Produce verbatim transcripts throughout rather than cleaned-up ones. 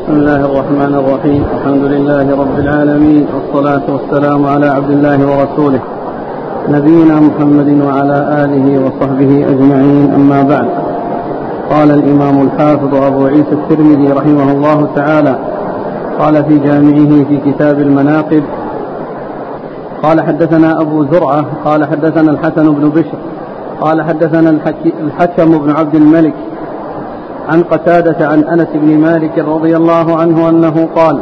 بسم الله الرحمن الرحيم. الحمد لله رب العالمين، والصلاة والسلام على عبد الله ورسوله نبينا محمد وعلى آله وصحبه أجمعين، أما بعد. قال الإمام الحافظ أبو عيسى الترمذي رحمه الله تعالى قال في جامعه في كتاب المناقب قال حدثنا أبو زرعة قال حدثنا الحسن بن بشر قال حدثنا الحكم بن عبد الملك عن قتادة عن أنس بن مالك رضي الله عنه أنه قال: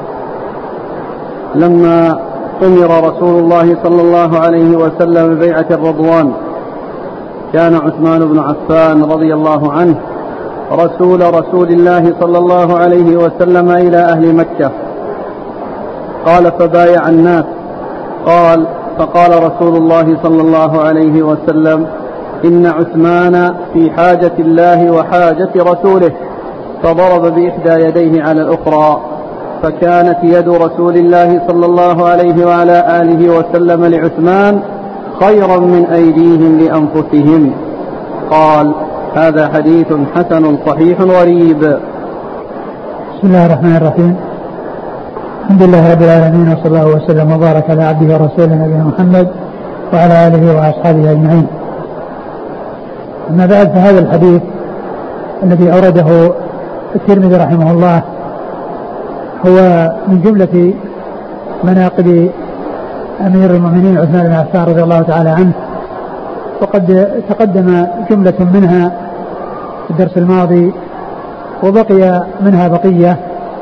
لما أمر رسول الله صلى الله عليه وسلم ببيعة الرضوان كان عثمان بن عفان رضي الله عنه رسول رسول الله صلى الله عليه وسلم إلى أهل مكة. قال: فبايع الناس. قال: فقال رسول الله صلى الله عليه وسلم: إن عثمان في حاجة الله وحاجة رسوله، فضرب بإحدى يديه على الأخرى، فكانت يد رسول الله صلى الله عليه وعلى آله وسلم لعثمان خيرا من أيديهم لأنفسهم. قال: هذا حديث حسن صحيح غريب. بسم الله الرحمن الرحيم. الحمد لله رب العالمين، وصلى الله وسلم وبارك على عبده ورسوله نبينا محمد وعلى آله وأصحابه أجمعين. أما بعد، فهذا الحديث الذي أورده الترمذي رحمه الله هو من جملة مناقب أمير المؤمنين عثمان بن عفان رضي الله تعالى عنه، وقد تقدم جملة منها في الدرس الماضي وبقي منها بقية.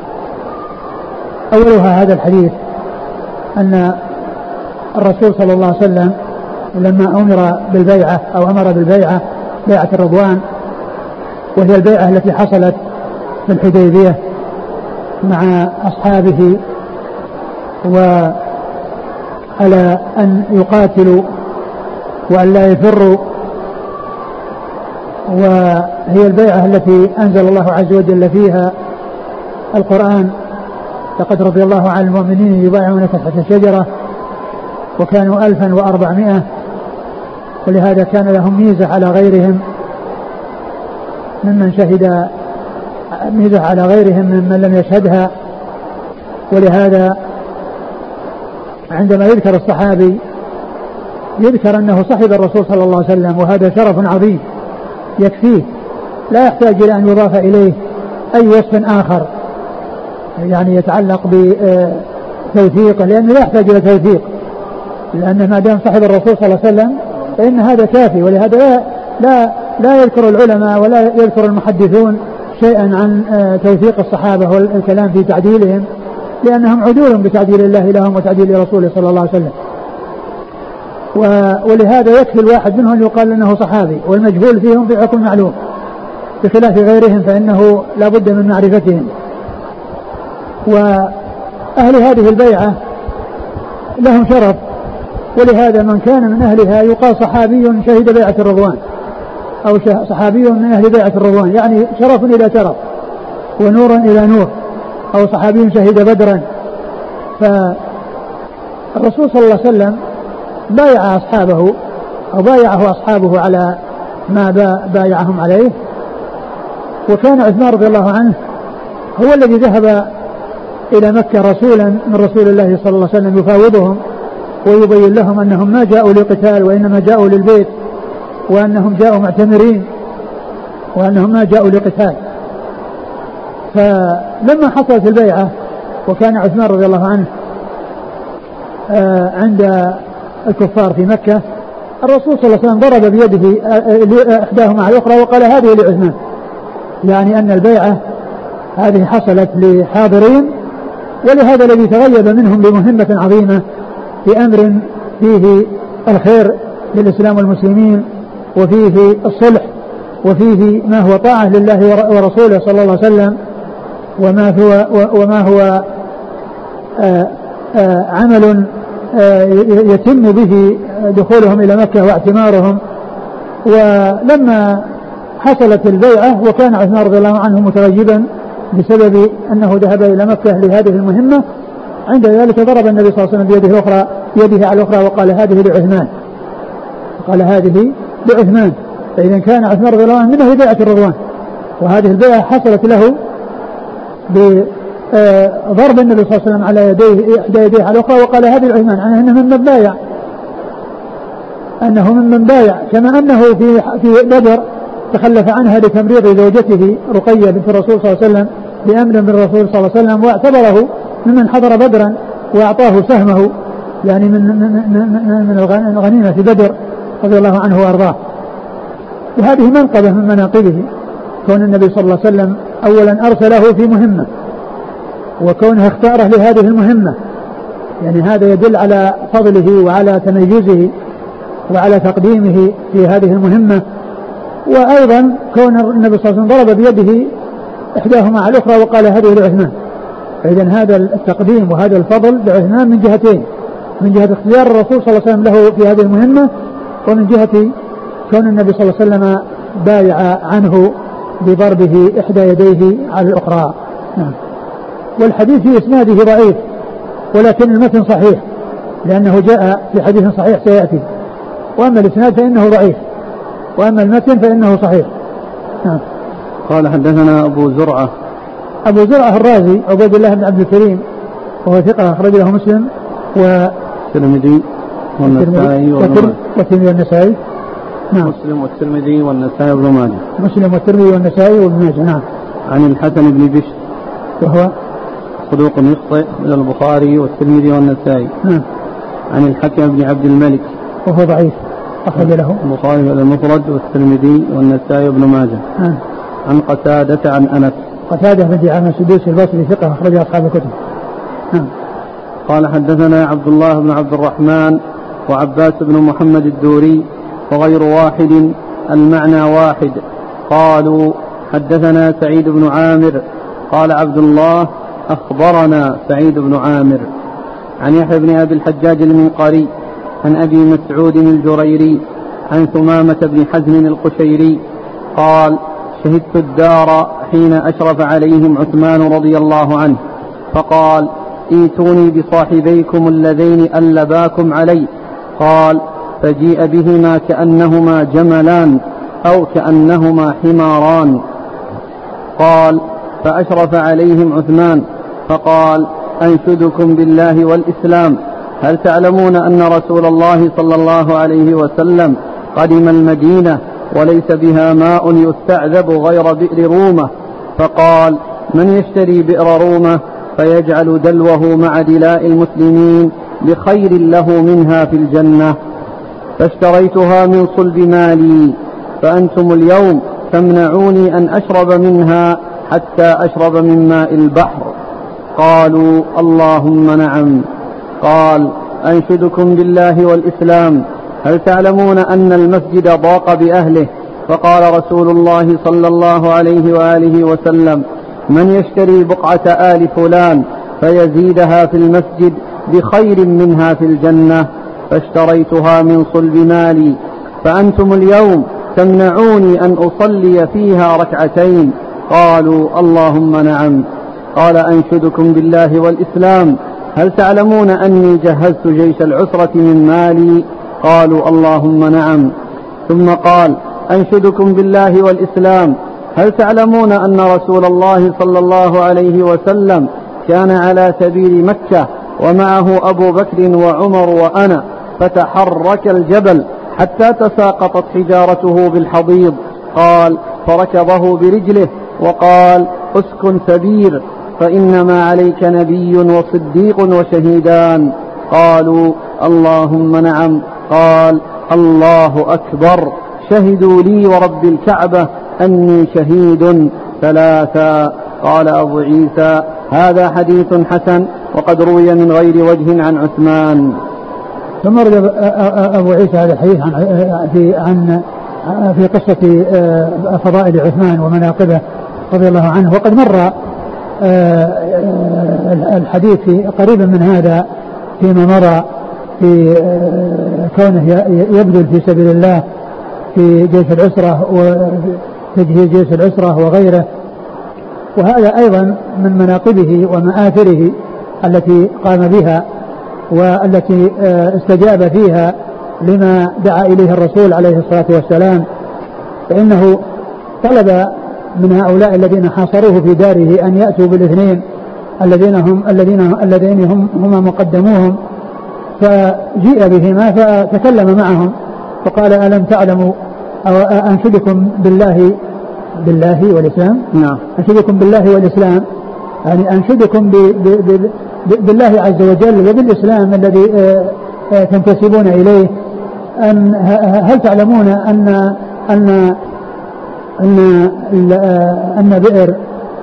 أولها هذا الحديث أن الرسول صلى الله عليه وسلم لما أمر بالبيعة أو أمر بالبيعة بيعة الرضوان، وهي البيعة التي حصلت في الحديبية مع أصحابه، وعلى أن يقاتلوا وأن لا يفروا، وهي البيعة التي أنزل الله عز وجل فيها القرآن: لقد رضي الله عن المؤمنين يبايعونك تحت الشجرة وكانوا ألفا وأربعمائة. ولهذا كان لهم ميزة على غيرهم ممن شهد ميزة على غيرهم ممن لم يشهدها. ولهذا عندما يذكر الصحابي يذكر أنه صحب الرسول صلى الله عليه وسلم، وهذا شرف عظيم يكفيه، لا يحتاج إلى أن يضاف إليه أي وصف آخر يعني يتعلق بتوثيقه، لأنه لا يحتاج إلى توثيق، لأن ما دام صحب الرسول صلى الله عليه وسلم فإن هذا كافي. ولهذا لا, لا, لا يذكر العلماء ولا يذكر المحدثون شيئا عن توثيق الصحابة والكلام في تعديلهم، لأنهم عدول بتعديل الله لهم وتعديل رسوله صلى الله عليه وسلم. ولهذا يكفي الواحد منهم يقال أنه صحابي، والمجهول فيهم في حكم معلوم، بخلاف غيرهم فإنه لا بد من معرفتهم. وأهل هذه البيعة لهم شرف، ولهذا من كان من أهلها يقال صحابي شهد بيعة الرضوان، أو صحابي من أهل بيعة الرضوان، يعني شرف إلى شرف ونور إلى نور، أو صحابي شهد بدرا. فالرسول صلى الله عليه وسلم بايع أصحابه أو بايعه أصحابه على ما بايعهم عليه، وكان عثمان رضي الله عنه هو الذي ذهب إلى مكة رسولا من رسول الله صلى الله عليه وسلم يفاوضهم ويبين لهم أنهم ما جاءوا لقتال وإنما جاءوا للبيت، وأنهم جاءوا معتمرين وأنهم ما جاءوا لقتال. فلما حصلت البيعة وكان عثمان رضي الله عنه عند الكفار في مكة، الرسول صلى الله عليه وسلم ضرب بيده إحداهما على الأخرى وقال: هذه لعثمان، يعني أن البيعة هذه حصلت لحاضرين، ولهذا الذي تغيب منهم بمهمة عظيمة في أمر فيه الخير للإسلام والمسلمين، وفيه الصلح، وفيه ما هو طاعة لله ورسوله صلى الله عليه وسلم، وما هو, وما هو آآ آآ عمل يتم به دخولهم إلى مكة واعتمارهم. ولما حصلت البيعة وكان عثمان رضي الله عنه متغيبا بسبب أنه ذهب إلى مكة لهذه المهمة، عند ذلك ضرب النبي صلى الله عليه وسلم بيده الأخرى بيده على الأخرى وقال: هذه لعثمان، قال: هذه لعثمان. فإذا كان عثمان رضي الله عنه من أهل بيعة الرضوان، وهذه البيعة حصلت له بضرب النبي صلى الله عليه وسلم على يديه إحدى يديه على الأخرى وقال هذه العثمان، يعني أنه ممن بايع أنه ممن بايع كما أنه في في بدر تخلف عنها لتمريض زوجته رقية بنت الرسول صلى الله عليه وسلم بأمر من الرسول صلى الله عليه وسلم، واعتبره ممن حضر بدرا وأعطاه سهمه يعني من من من الغنيمة في بدر رضي الله عنه وأرضاه. وهذه منقبة من مناقبه كون النبي صلى الله عليه وسلم أولا أرسله في مهمة وكونه اختاره لهذه المهمة، يعني هذا يدل على فضله وعلى تميزه وعلى تقديمه في هذه المهمة. وأيضا كون النبي صلى الله عليه وسلم ضرب بيده إحداهما على الأخرى وقال هذه لعثمان، فإذا هذا التقديم وهذا الفضل لعثمان من جهتين، من جهة اختيار الرسول صلى الله عليه وسلم له في هذه المهمة، ومن جهة كون النبي صلى الله عليه وسلم بايع عنه بضربه إحدى يديه على الأخرى. نعم. والحديث في إسناده ضعيف ولكن المتن صحيح لأنه جاء في حديث صحيح سيأتي، وأما الإسناد فإنه ضعيف وأما المتن فإنه صحيح. نعم. قال حدثنا أبو زرعة أبو زرعة الرازي عبيد الله بن عبد الكريم وهو ثقة أخرج له مسلم والترمذي والنسائي والترمذي والنسائي. نعم. مسلم والترمذي والنسائي وابن ماجه. مسلم والترمذي والنسائي وابن ماجه. نعم. عن الحسن بن بشر وهو صدوق يخطئ من البخاري والترمذي والنسائي. نعم. عن الحكم بن عبد الملك وهو ضعيف أخرج له البخاري المفرد والترمذي والنسائي وابن ماجه. نعم. عن قتادة عن أنس. قتادة بن دعامة السدوسي البصري ثقة أخرج أصحاب الكتب. نعم. قال حدثنا عبد الله بن عبد الرحمن وعباس بن محمد الدوري وغير واحد المعنى واحد. قالوا حدثنا سعيد بن عامر قال عبد الله أخبرنا سعيد بن عامر عن يحيى بن أبي الحجاج المنقري عن أبي مسعود الجريري عن ثمامة بن حزم القشيري قال شهدت الدار حين أشرف عليهم عثمان رضي الله عنه فقال ائتوني بصاحبيكم اللذين ألباكم علي. قال فجيء بهما كأنهما جملان أو كأنهما حماران. قال فأشرف عليهم عثمان فقال أنشدكم بالله والإسلام هل تعلمون أن رسول الله صلى الله عليه وسلم قدم المدينة وليس بها ماء يستعذب غير بئر رومة؟ فقال من يشتري بئر رومة فيجعل دلوه مع دلاء المسلمين بخير له منها في الجنة. فاشتريتها من صلب مالي فأنتم اليوم تمنعوني أن أشرب منها حتى أشرب من ماء البحر. قالوا اللهم نعم. قال أنشدكم بالله والإسلام هل تعلمون أن المسجد ضاق بأهله؟ فقال رسول الله صلى الله عليه وآله وسلم من يشتري بقعة آل فلان فيزيدها في المسجد بخير منها في الجنة؟ فاشتريتها من صلب مالي فأنتم اليوم تمنعوني أن أصلي فيها ركعتين. قالوا اللهم نعم. قال أنشدكم بالله والإسلام هل تعلمون أني جهزت جيش العسرة من مالي؟ قالوا اللهم نعم. ثم قال أنشدكم بالله والإسلام هل تعلمون أن رسول الله صلى الله عليه وسلم كان على سبيل مكة ومعه أبو بكر وعمر وأنا فتحرك الجبل حتى تساقطت حجارته بالحضيض؟ قال فركضه برجله وقال اسكن سبير فإنما عليك نبي وصديق وشهيدان. قالوا اللهم نعم. قال الله أكبر شهدوا لي ورب الكعبة أني شهيد ثلاثا. قال أبو عيسى هذا حديث حسن وقد روي من غير وجه عن عثمان. ثم رد أبو عيسى هذا الحديث عن في عن في قصة فضائل عثمان ومناقبه رضي الله عنه، وقد مر الحديث قريبا من هذا فيما مر في كونه يبذل في سبيل الله في جيش العسرة وتجهيز جيش العسرة وغيره، وهذا أيضا من مناقبه ومآثره التي قام بها والتي استجاب فيها لما دعا إليه الرسول عليه الصلاة والسلام. فإنه طلب من هؤلاء الذين حاصروه في داره أن يأتوا بالاثنين الذين هم الذين الذين هم هما مقدموهم، فجيء بهما فتكلم معهم فقال ألم تعلموا أو أنشدكم بالله بالله والإسلام نعم أنشدكم بالله والإسلام، يعني أنشدكم ب ب ب بالله عز وجل وبالإسلام الذي تنتسبون إليه. أن هل تعلمون أن أن أن أن بئر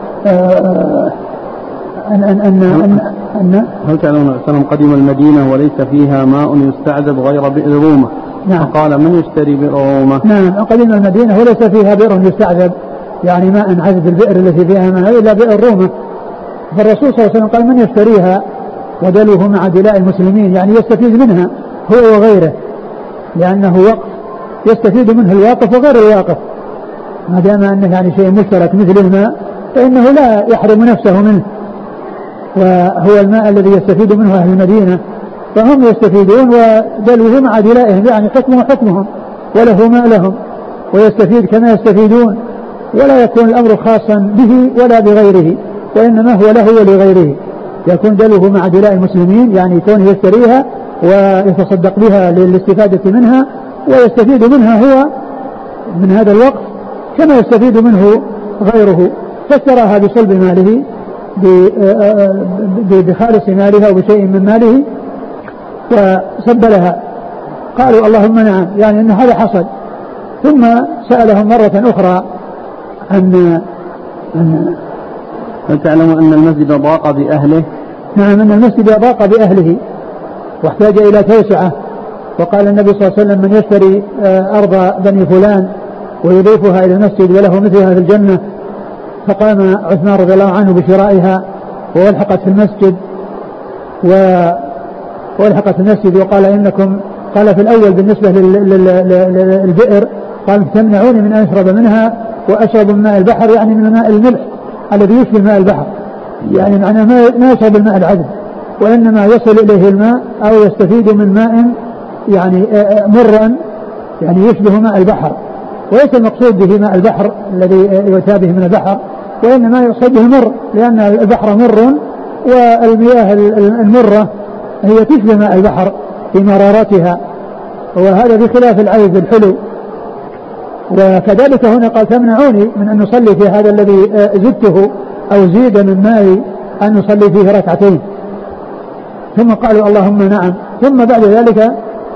أن أن أن أن هل تعلمون أن قدم المدينة وليس فيها ماء يستعذب غير بئر رومة؟ نعم. فقال من يشتري بئر رومة؟ نعم قدم المدينة وليس فيها بئر يستعذب يعني ماء عذب البئر التي فيها ماء إلا بئر رومة. فالرسول صلى الله عليه وسلم قال من يشتريها ودلوه مع دلاء المسلمين، يعني يستفيد منها هو وغيره، لأنه وقف يستفيد منه الواقف وغير الواقف، ما دام أنه يعني شيء مشترك مثل الماء فإنه لا يحرم نفسه منه، وهو الماء الذي يستفيد منه أهل المدينة، فهم يستفيدون ودلوه مع دلائهم، يعني حكمه حكمهم وله ما لهم، ويستفيد كما يستفيدون، ولا يكون الأمر خاصا به ولا بغيره، وإنما هو له ولغيره، يكون دلوه مع دلاء المسلمين، يعني كونه يشتريها ويتصدق بها للاستفادة منها ويستفيد منها هو من هذا الوقت كما يستفيد منه غيره، فاشتراها بصلب ماله بخالص مالها وبشيء من ماله وصب لها. قالوا اللهم نعم، يعني أن هذا حصل. ثم سألهم مرة أخرى عن عن هل تعلموا أن المسجد ضاق بأهله؟ نعم أن المسجد ضاق بأهله واحتاج إلى توسعة، وقال النبي صلى الله عليه وسلم من يشتري أرض بني فلان ويضيفها إلى المسجد وله مثلها في الجنة. فقام عثمان رضي الله عنه بشرائها والحقت في المسجد والحقت في المسجد وقال إنكم، قال في الأول بالنسبة للبئر قال تمنعوني من أن أشرب منها وأشرب من ماء البحر، يعني من ماء الملح الذي يشبه ماء البحر، يعني معناه ما يشرب الماء العذب، وإنما يصل إليه الماء أو يستفيد من ماء يعني مرا يعني يشبه ماء البحر، وليس المقصود به ماء البحر الذي يؤتى به من البحر، وإنما يقصد به مر، لأن البحر مر والمياه المرة هي تشبه ماء البحر في مرارتها، وهذا بخلاف العذب الحلو. وكذلك هنا قال تمنعوني من أن نصلي في هذا الذي زدته أو زيد من ماء أن نصلي فيه ركعتين. ثم قالوا اللهم نعم. ثم بعد ذلك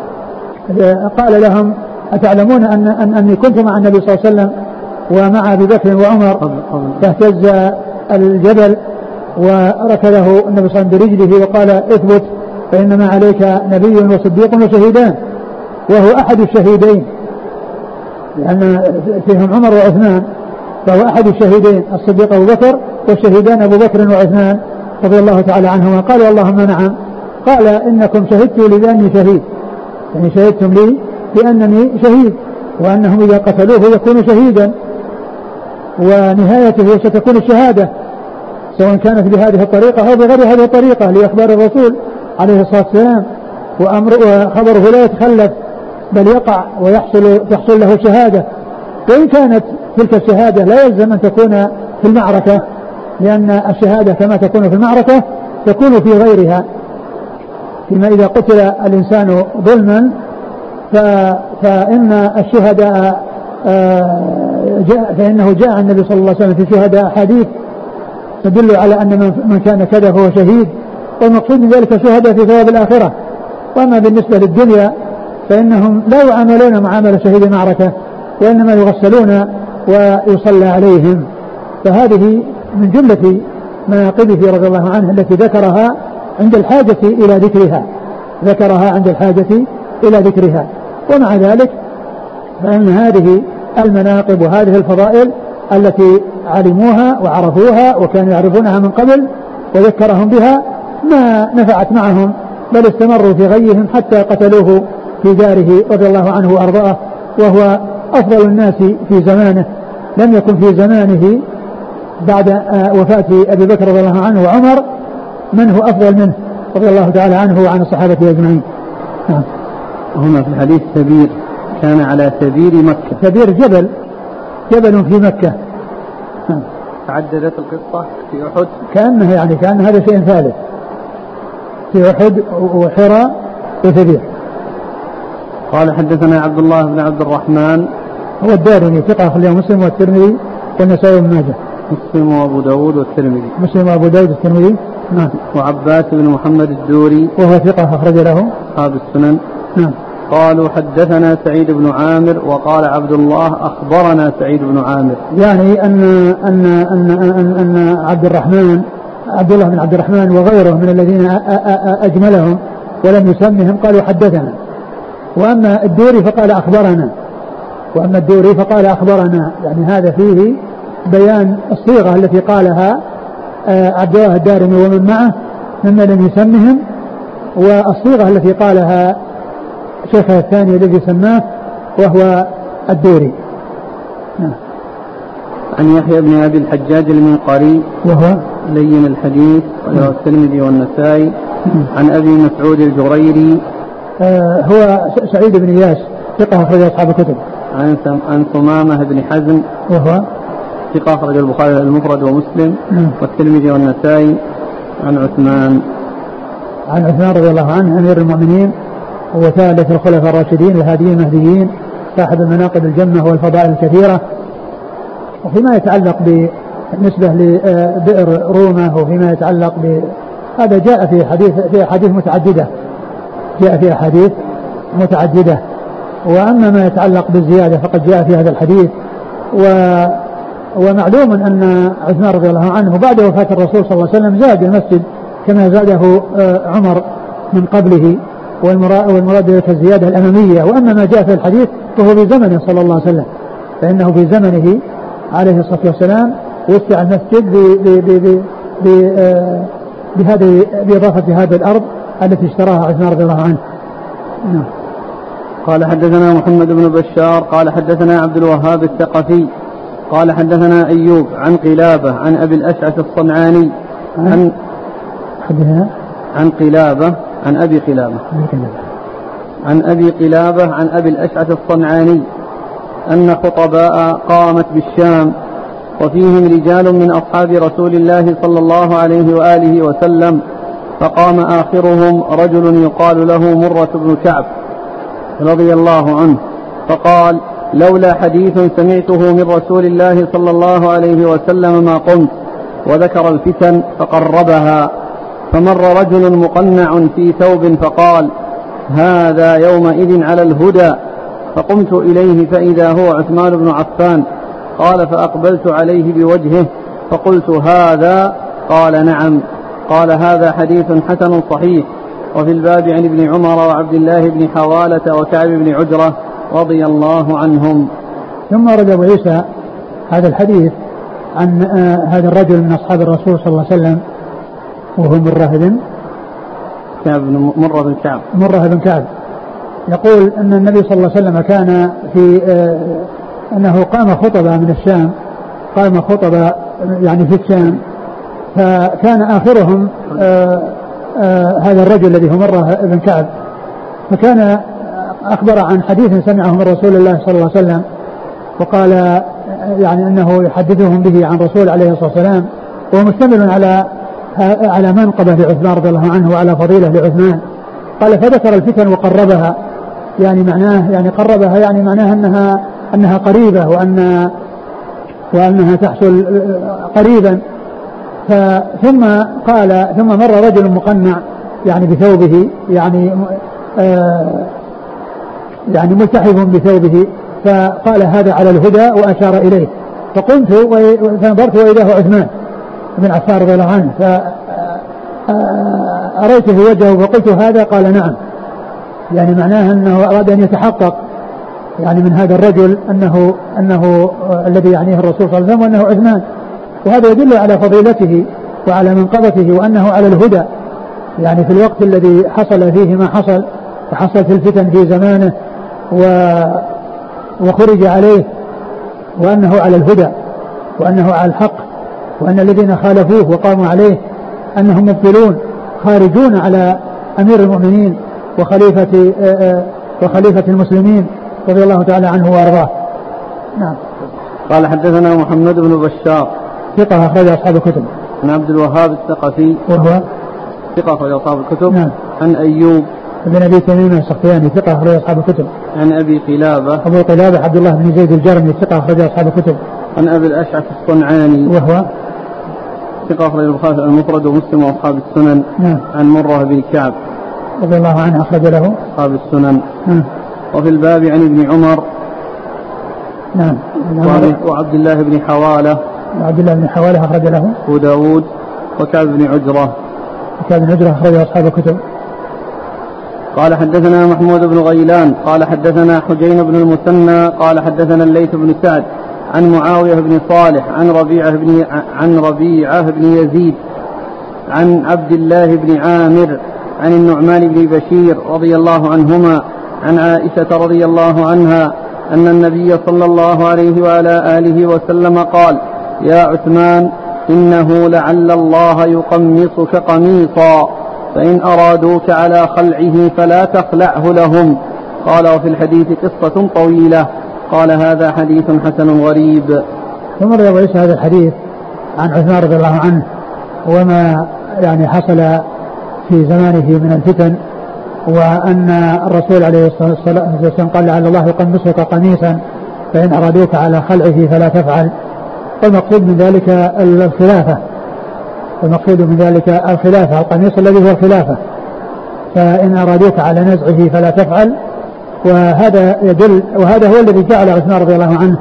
قال لهم أتعلمون أن أن أني كنت مع النبي صلى الله عليه وسلم ومع أبي بكر وعمر فاهتز الجبل وركله النبي صلى الله عليه وسلم برجله وقال اثبت فإنما عليك نبي وصديق وشهيدان، وهو أحد الشهيدين لأن فيهم عمر وعثمان، فهو أحد الشهيدين الصديق أبو بكر والشهيدان أبو بكر وعثمان رضي الله تعالى عنهما. قالوا اللهم نعم. قال إنكم شهدتوا لي بأني شهيد، يعني شهدتم لي بأنني شهيد، وأنهم إذا قتلوه يكون شهيدا ونهايته ستكون الشهادة، سواء كانت بهذه الطريقة أو بغير هذه الطريقة، لإخبار الرسول عليه الصلاة والسلام، وأمر وخبره لا يتخلف بل يقع ويحصل تحصل له شهادة. وإن كانت تلك الشهادة لا يلزم أن تكون في المعركة، لأن الشهادة كما تكون في المعركة تكون في غيرها، فيما إذا قتل الإنسان ظلما فإن الشهداء جاء فإنه جاء النبي صلى الله عليه وسلم في شهداء حديث تدل على أن من كان كذا فهو شهيد، والمقصود من ذلك شهداء في ثواب الآخرة. وأما بالنسبة للدنيا فإنهم لا يعاملون معاملة شهيد المعركة، وإنما يغسلون ويصلى عليهم. فهذه من جملة مناقبه رضي الله عنه التي ذكرها عند الحاجة إلى ذكرها ذكرها عند الحاجة إلى ذكرها. ومع ذلك فإن هذه المناقب وهذه الفضائل التي علموها وعرفوها وكانوا يعرفونها من قبل وذكرهم بها ما نفعت معهم، بل استمروا في غيهم حتى قتلوه في داره رضي الله عنه وأرضاه، وهو أفضل الناس في زمانه، لم يكن في زمانه بعد وفاة أبي بكر رضي الله عنه وعمر من هو أفضل منه رضي الله تعالى عنه وعن الصحابة أجمعين. نعم. هنا في الحديث سبير، كان على سبير مكة. سبير جبل جبل في مكة، تعددت القصة في أحد كأنها يعني كأن هذا شيء ثالث في أحد وحراء وثبير. قال حدثنا عبد الله بن عبد الرحمن هو الدارمي ثقة أخرجه مسلم والترمذي والنسائي وابن ماجه. مسلم وأبو داود والترمذي. مسلم وأبو داود والترمذي. نعم. وعباس بن محمد الدوري وهو ثقة أخرج له أصحاب السنن. نعم. قالوا حدثنا سعيد بن عامر وقال عبد الله أخبرنا سعيد بن عامر. يعني أن أن أن أن, أن عبد الرحمن عبد الله بن عبد الرحمن وغيره من الذين أجملهم ولم يسمهم قالوا حدثنا. وأما الدوري فقال أخبرنا وأما الدوري فقال أخبرنا يعني هذا فيه بيان الصيغة التي قالها عبد الله الدارمي ومن معه ممن لم يسمهم والصيغة التي قالها شيخه الثاني الذي سماه وهو الدوري. عن يحيى بن أبي الحجاج المنقري وهو لين الحديث وله الترمذي والنسائي. عن أبي مسعود الجريري آه هو سعيد بن إياس ثقة أخرج أصحاب الكتب. عن عن ثمامة بن حزم وهو ثقة أخرج البخاري المفرد ومسلم م. والترمذي والنسائي. عن عثمان عن عثمان رضي الله عنه أمير المؤمنين وثالث الخلفاء الراشدين الهاديين المهديين صاحب المناقب الجمة والفضائل الكثيرة. وفيما يتعلق بالنسبة لبئر رومة وفيما يتعلق ب هذا جاء في حديث في أحاديث متعددة جاء في أحاديث متعددة. وأما ما يتعلق بالزيادة فقد جاء في هذا الحديث. و ومعلوم أن عثمان رضي الله عنه بعد وفاة الرسول صلى الله عليه وسلم زاد المسجد كما زاده عمر من قبله والمراد الزيادة الأمامية. وأما ما جاء في الحديث فهو في زمنه صلى الله عليه وسلم فإنه في زمنه عليه الصلاة والسلام وسع المسجد بهذه بإضافة هذه الأرض التي اشتراها عثمان رضي الله عنه. قال حدثنا محمد بن بشار قال حدثنا عبد الوهاب الثقفي قال حدثنا أيوب عن قلابة عن أبي الأشعث الصنعاني عن حدثنا عن قلابة عن أبي قلابة عن أبي قلابة عن أبي الأشعث الصنعاني أن خطباء قامت بالشام وفيهم رجال من أصحاب رسول الله صلى الله عليه وآله وسلم فقام آخرهم رجل يقال له مرة بن كعب رضي الله عنه فقال لولا حديث سمعته من رسول الله صلى الله عليه وسلم ما قمت وذكر الفتن فقربها. فمر رجل مقنع في ثوب فقال هذا يومئذ على الهدى فقمت إليه فإذا هو عثمان بن عفان قال فأقبلت عليه بوجهه فقلت هذا قال نعم. قال هذا حديث حسن صحيح. وفي الباب عن ابن عمر وعبد الله بن حوالة وكعب بن عجرة رضي الله عنهم. ثم رد أبو عيسى هذا الحديث عن آه هذا الرجل من أصحاب الرسول صلى الله عليه وسلم وهو مرة بن كعب مرة بن كعب مرة بن كعب يقول أن النبي صلى الله عليه وسلم كان في آه أنه قام خطبة من الشام قام خطبة يعني في الشام فكان آخرهم آه آه هذا الرجل الذي هو مرة بن كعب فكان أخبر عن حديث سمعه من رسول الله صلى الله عليه وسلم وقال يعني أنه يحدثهم به عن رسول عليه الصلاة والسلام وهو مشتمل على على منقبة لعثمان رضي الله عنه وعلى فضيلة لعثمان. قال فذكر الفتن وقربها يعني معناه يعني قربها يعني معناه أنها أنها قريبة وأن وأنها تحصل قريبا. ثم قال ثم مر رجل مقنع يعني بثوبه يعني آه يعني ملتحف بثوبه فقال هذا على الهدى وأشار إليه فقمت فنظرت وإذا هو عثمان بن عفان رضي الله عنه فأريته وجهه فقلت هذا قال نعم يعني معناه أنه أراد أن يتحقق يعني من هذا الرجل أنه أنه الذي يعنيه الرسول صلى الله عليه وسلم وأنه عثمان وهذا يدل على فضيلته وعلى منقبته وأنه على الهدى يعني في الوقت الذي حصل فيه ما حصل وحصل في الفتن في زمانه و وخرج عليه وأنه على الهدى وأنه على الحق وأن الذين خالفوه وقاموا عليه أنهم مبطلون خارجون على أمير المؤمنين وخليفة وخليفة المسلمين رضي الله تعالى عنه وأرضاه. نعم. قال حدثنا محمد بن بشار ثقة أخرج أصحاب الكتب. عن عبد الوهاب الثقفي وهو ثقة أخرج أصحاب الكتب. نعم. عن أيوب بن أبي تميم السختياني ثقة أخرج أصحاب الكتب. عن أبي قلابة أبو قلابة عبد الله بن زيد الجرمي ثقة أخرج أصحاب الكتب. عن أبي الأشعث الصنعاني وهو ثقة أخرج البخاري المفرد ومسلم وأصحاب السنن. نعم. عن مرة بن كعب رضي الله عنه أخرج له أصحاب السنن. نعم. وفي الباب عن ابن عمر نعم. وعبد الله بن حوالة وعبد الله بن حوالة أخرج له أبو داود وكعب بن عجرة وكعب بن عجرة أخرج أصحاب الكتب. قال حدثنا محمود بن غيلان قال حدثنا حجين بن المثنى قال حدثنا الليث بن سعد عن معاوية بن صالح عن ربيعة بن عن ربيعة بن يزيد عن عبد الله بن عامر عن النعمان بن بشير رضي الله عنهما عن عائشة رضي الله عنها أن النبي صلى الله عليه وعلى آله وسلم قال: يا عثمان إنه لعل الله يقمصك قميصا فإن أرادوك على خلعه فلا تخلعه لهم. قال: وفي الحديث قصة طويلة. قال: هذا حديث حسن غريب. ثم روى هذا الحديث عن عثمان رضي الله عنه وما يعني حصل في زمانه من الفتن، وأن الرسول عليه الصلاة والسلام قال: لعل الله يقمصك قميصا فإن أرادوك على خلعه فلا تفعل. والمقصود من ذلك الخلافة، المقصود من ذلك الخلافة، القميص الذي هو الخلافة، فإن أرادوك على نزعه فلا تفعل. وهذا يدل، وهذا هو الذي جعل عثمان رضي الله عنه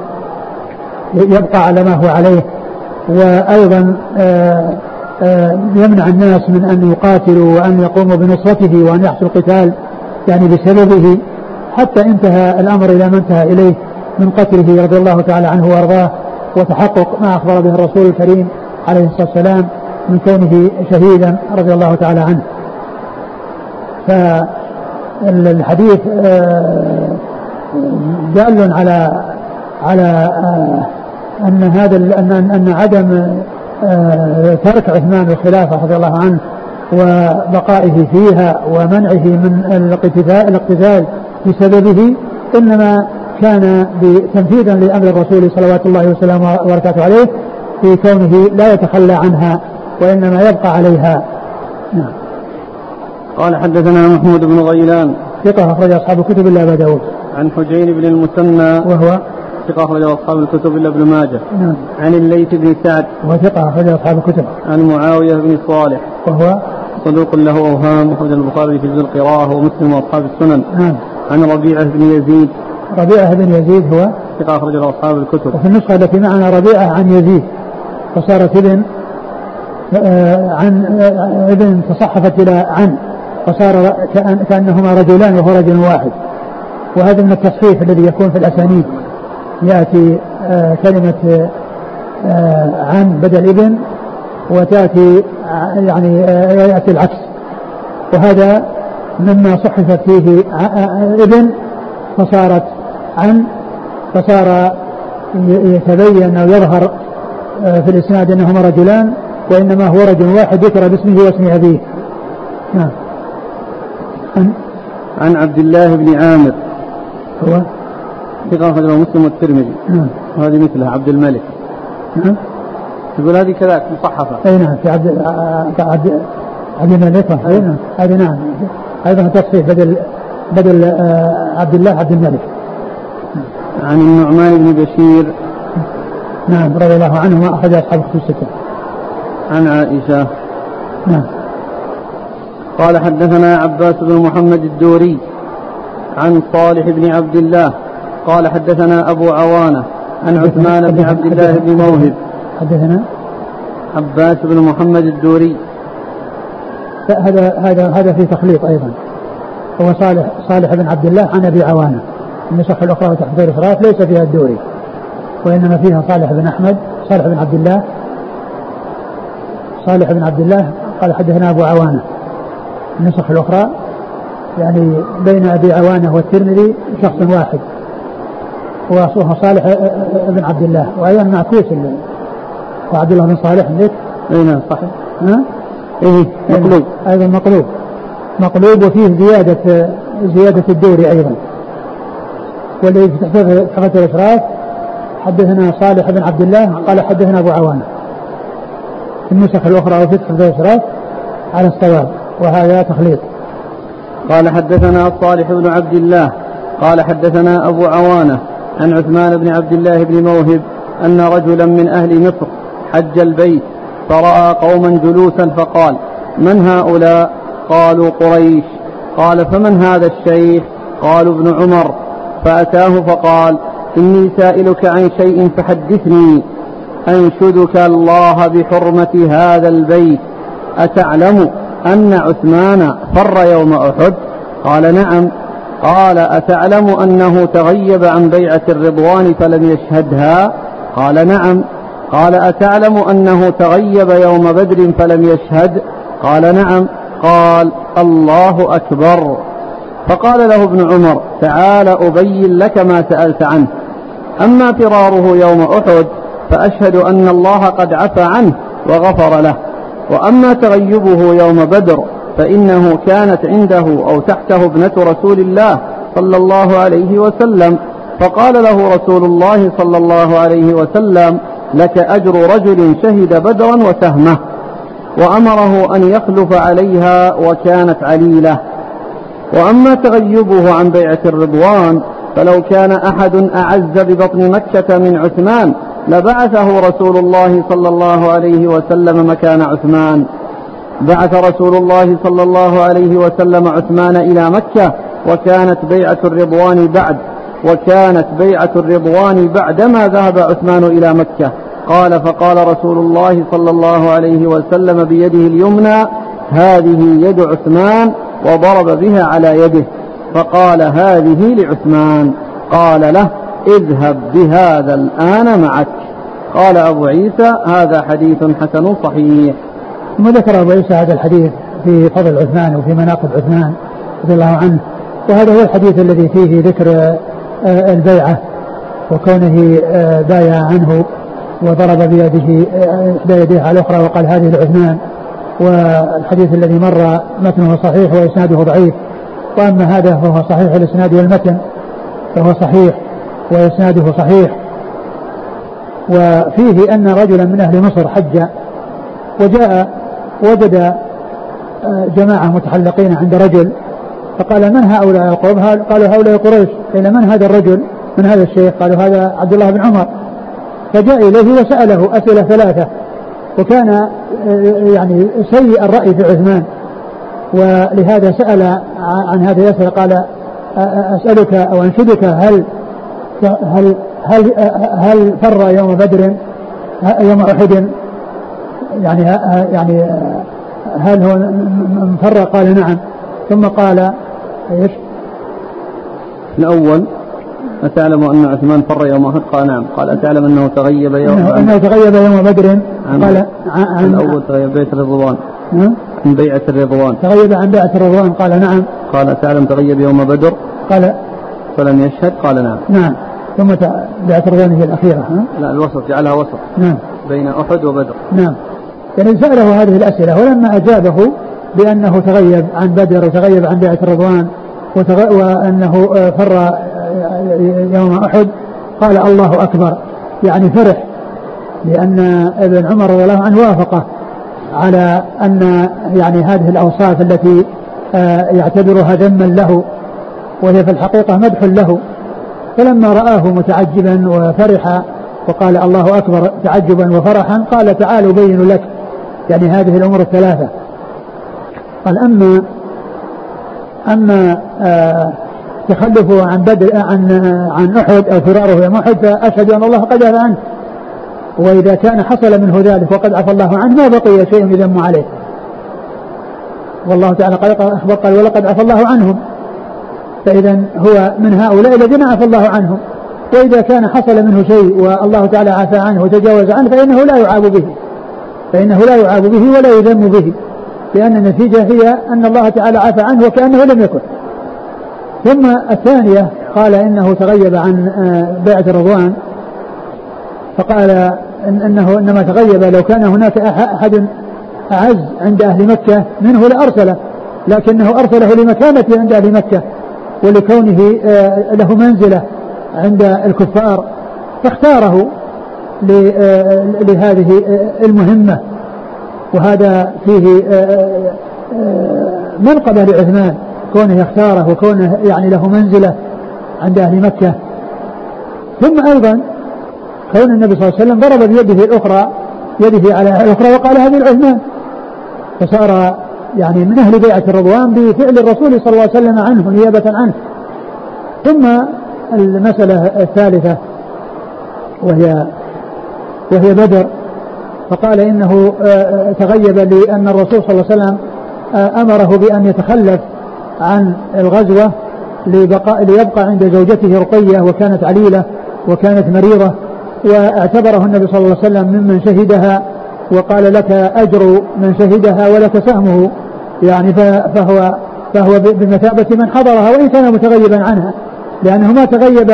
يبقى على ما هو عليه، وأيضا آآ آآ يمنع الناس من أن يقاتلوا وأن يقوموا بنصرته وأن يحصل قتال يعني بسببه، حتى انتهى الأمر إلى ما انتهى إليه من قتله رضي الله تعالى عنه وأرضاه، وتحقق ما أخبر به الرسول الكريم عليه الصلاة والسلام من كونه شهيدا رضي الله تعالى عنه. فالحديث دال على على أن هذا أن أن عدم ترك عثمان الخلافة رضي الله عنه وبقائه فيها ومنعه من الاقتتال بسببه إنما كان تنفيذا لأمر الرسول صلوات الله وسلامه وبركاته عليه في كونه لا يتخلى عنها وإنما يبقى عليها. نعم. قال: حدثنا محمود بن غيلان ثقة أخرج أصحاب الكتب إلا أبا داود. عن حجين بن المثنى وهو ثقة أخرج أصحاب الكتب إلا ابن ماجه. نعم. عن الليث بن سعد وهو ثقة أخرج أصحاب الكتب. عن معاوية بن صالح وهو صدوق له أوهام، أخرج البخاري في جزء القراءة ومسلم وأصحاب السنن. نعم. عن ربيعة بن يزيد ربيعة بن يزيد هو ثقة أخرج أصحاب الكتب. وفي النسخة التي معنا ربيعة عن يزيد، فصارت ابن عن ابن تصحفت إلى عن، فصار كأنهما رجلان وهو رجل واحد. وهذا من التصحيف الذي يكون في الأسانيد، يأتي كلمة عن بدل ابن وتأتي يعني يأتي العكس، وهذا مما صحفت فيه ابن فصارت عن، فصار يتبين أو يظهر في الإسناد أنهما رجلان وإنما هو رجل واحد ذكر باسمه واسم أبيه. نعم. عن, عن عبد الله بن عامر هو ثقة أخرج له مسلم والترمذي. نعم. وهذه مثلها عبد الملك. نعم. يقول هذه كذلك مصحفة. أي نعم، في عبد عبد عبد الملك. أي نعم، هذه نعم أيضا تصحيح بدل بدل عبد الله عبد الملك. عن النعمان بن بشير نعم رضي الله عنه ما أخرج أصحاب الكتب الستة. عن عائشة. نعم. قال: حدثنا عباس بن محمد الدوري عن صالح بن عبد الله قال: حدثنا أبو عوانة عن عثمان بن عبد الله بن موهب. حدثنا عباس بن محمد الدوري. هذا هذا هذا في تخليط أيضا، هو صالح صالح بن عبد الله عن أبي عوانة. النسخ الأخرى وتحت الإشراف ليس فيها الدوري، وإنما فيها صالح بن أحمد صالح بن عبد الله صالح بن عبد الله قال: حدثنا أبو عوانة. النسخ الأخرى يعني بين أبي عوانة والترمذي شخص واحد، واسمه صالح بن عبد الله، وأيضا معكوس وعبد الله بن صالح عندك. أي نعم صحيح. ها؟ إيه مقلوب. أيضا مقلوب مقلوب وفيه زيادة زيادة الدوري أيضا. والذي في تحت الإشراف حدثنا صالح بن عبد الله قال: حدثنا أبو عوانة. النسخ الأخرى وفتح الإشراف على الصواب، وهذا تخليط. قال حدثنا الصالح بن عبد الله قال حدثنا أبو عوانة عن عثمان بن عبد الله بن موهب أن رجلا من أهل مصر حج البيت فرأى قوما جلوسا فقال: من هؤلاء؟ قالوا: قريش. قال: فمن هذا الشيخ؟ قالوا: ابن عمر. فأتاه فقال: إني سائلك عن شيء فحدثني، أنشدك الله بحرمة هذا البيت، أتعلم أن عثمان فر يوم أحد؟ قال: نعم. قال: أتعلم أنه تغيب عن بيعة الرضوان فلم يشهدها؟ قال: نعم. قال: أتعلم أنه تغيب يوم بدر فلم يشهد؟ قال: نعم. قال: الله أكبر. فقال له ابن عمر: تعال أبين لك ما سألت عنه. أما فراره يوم أحد فأشهد أن الله قد عفى عنه وغفر له، وأما تغيبه يوم بدر فإنه كانت عنده أو تحته ابنة رسول الله صلى الله عليه وسلم، فقال له رسول الله صلى الله عليه وسلم: لك أجر رجل شهد بدرا وسهمه، وأمره أن يخلف عليها وكانت عليلة. وأما تغيبه عن بيعة الرضوان فلو كان أحد أعز ببطن مكة من عثمان لبعثه رسول الله صلى الله عليه وسلم مكان عثمان. بعث رسول الله صلى الله عليه وسلم عثمان إلى مكة، وكانت بيعة الرضوان بعد وكانت بيعة الرضوان بعدما ذهب عثمان إلى مكة. قال: فقال رسول الله صلى الله عليه وسلم بيده اليمنى: هذه يد عثمان، وضرب بها على يده، فقال: هذه لعثمان. قال له: اذهب بهذا الآن معك. قال أبو عيسى: هذا حديث حسن صحيح. ثم ذكر أبو عيسى هذا الحديث في فضل عثمان وفي مناقب عثمان رضي الله عنه، وهذا هو الحديث الذي فيه ذكر البيعة وكونه بايع عنه وضرب بيده إحدى يديه على الأخرى وقال: هذه لعثمان. والحديث الذي مر متنه صحيح وإسناده ضعيف، وأما هذا فهو صحيح الإسناد والمتن، فهو صحيح وإسناده صحيح. وفيه أن رجلا من أهل مصر حج وجاء وجد جماعة متحلقين عند رجل، فقال: من هؤلاء القوم؟ قالوا: هؤلاء قريش. قيل: من هذا الرجل؟ من هذا الشيخ؟ قالوا: هذا عبد الله بن عمر. فجاء إليه وسأله أسئلة ثلاثة، وكان يعني سيء الرأي في عثمان، ولهذا سأل عن هذا يسأل. قال: أسألك أو أنشدك هل هل هل هل فر يوم بدر يوم أحد؟ يعني يعني هل هو فر؟ قال: نعم. ثم قال: ايش الأول: أتعلم أن عثمان فر يوم أحد؟ قال: نعم. قال: أتعلم أنه تغيب يوم أنه, أنه تغيب يوم بدر؟ قال: عن الأول تغيب بيعة الرضوان عن بيعة الرضوان تغيب عن بيعة الرضوان. قال: نعم. قال: أتعلم تغيب يوم بدر؟ قال: فلم يشهد. قال: نعم. نعم. ثم بيعة الرضوان هي الأخيرة. ها؟ لا، الوسط، جعلها وسط. نعم. بين أحد وبدر. نعم. يعني سأله هذه الأسئلة، ولما أجابه بأنه تغيب عن بدر وتغيب عن بيعة الرضوان وتغ... وأنه فر يوم أحد، قال: الله أكبر. يعني فرح، لأن ابن عمر رضي الله عنه وافقه على أن يعني هذه الأوصاف التي يعتبرها ذما له وهي في الحقيقة مدح له. فلما رآه متعجبا وفرح وقال: الله أكبر تعجبا وفرحا، قال: تعال أبين لك يعني هذه الأمور الثلاثة. قال: أما أما آه تخلفه عن بدر عن عن أحد أو فراره يوم أحد فأشهد أن الله قد عفى عنه، وإذا كان حصل منه ذلك وقد عفى الله عنه ما بقي شيء يذم عليه، والله تعالى قال: قال: ولقد عفى الله عنهم. فإذا هو من هؤلاء الذين عفى الله عنهم، وإذا كان حصل منه شيء والله تعالى عفى عنه وتجاوز عنه فإنه لا يعاب به فإنه لا يعاب به ولا يذم به، لأن النتيجة هي أن الله تعالى عفى عنه وكأنه لم يكن. ثم الثانية قال: إنه تغيب عن بيعة الرضوان، فقال إن أنه إنما تغيب لو كان هناك أحد أعز عند أهل مكة منه لأرسله، لكنه أرسله لمكانته عند أهل مكة ولكونه له منزلة عند الكفار، فاختاره لهذه المهمة وهذا فيه منقبة لعثمان كونه يختاره وكونه يعني له منزلة عند أهل مكة. ثم أيضا كون النبي صلى الله عليه وسلم ضرب بيده الأخرى يده على الأخرى وقال هذه العثمان، فصار يعني من أهل بيعة الرضوان بفعل الرسول صلى الله عليه وسلم عنه نيابة عنه. ثم المسألة الثالثة وهي وهي بدر، فقال إنه تغيب لأن الرسول صلى الله عليه وسلم أمره بأن يتخلف عن الغزوة لبقاء ليبقى عند زوجته رقية وكانت عليلة وكانت مريضة، واعتبره النبي صلى الله عليه وسلم ممن شهدها وقال لك أجر من شهدها ولك سهمه، يعني فهو فهو بمثابة من حضرها وإن كان متغيبا عنها، لأنه ما تغيب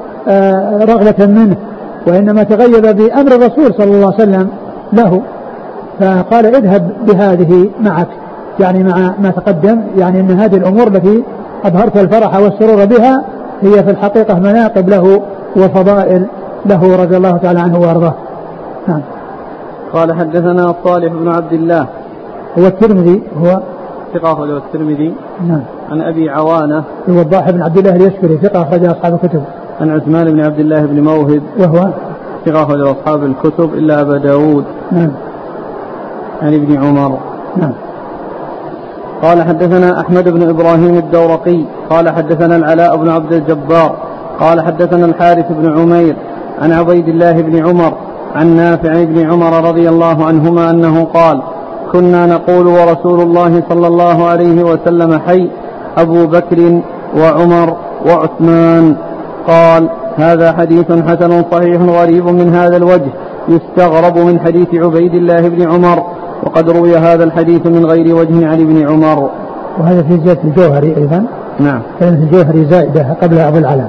رغبة منه وإنما تغيب بأمر الرسول صلى الله عليه وسلم له، فقال اذهب بهذه معك، يعني مع ما تقدم، يعني أن هذه الأمور التي أظهرت الفرح والسرور بها هي في الحقيقة مناقب له وفضائل له رضي الله تعالى عنه وارضاه. نعم. قال حدثنا صالح بن عبد الله هو الترمذي هو ثقة أخرجه الترمذي. نعم. عن أبي عوانة هو الضاحي بن عبد الله اليشكري ثقة أخرج أصحاب الكتب. عن عثمان بن عبد الله بن موهب وهو ثقة أخرج أصحاب الكتب إلا أبا داود. نعم. عن ابن عمر. نعم. قال حدثنا أحمد بن إبراهيم الدورقي قال حدثنا العلاء بن عبد الجبار قال حدثنا الحارث بن عمير عن عبيد الله بن عمر عن نافع بن عمر رضي الله عنهما أنه قال كنا نقول ورسول الله صلى الله عليه وسلم حي أبو بكر وعمر وعثمان. قال هذا حديث حسن صحيح غريب من هذا الوجه يستغرب من حديث عبيد الله بن عمر، وقد روي هذا الحديث من غير وجه عن ابن عمر. وهذا في زيادة الجوهري أيضا. نعم. كلمة الجوهري زائدة قبل أبو العلاء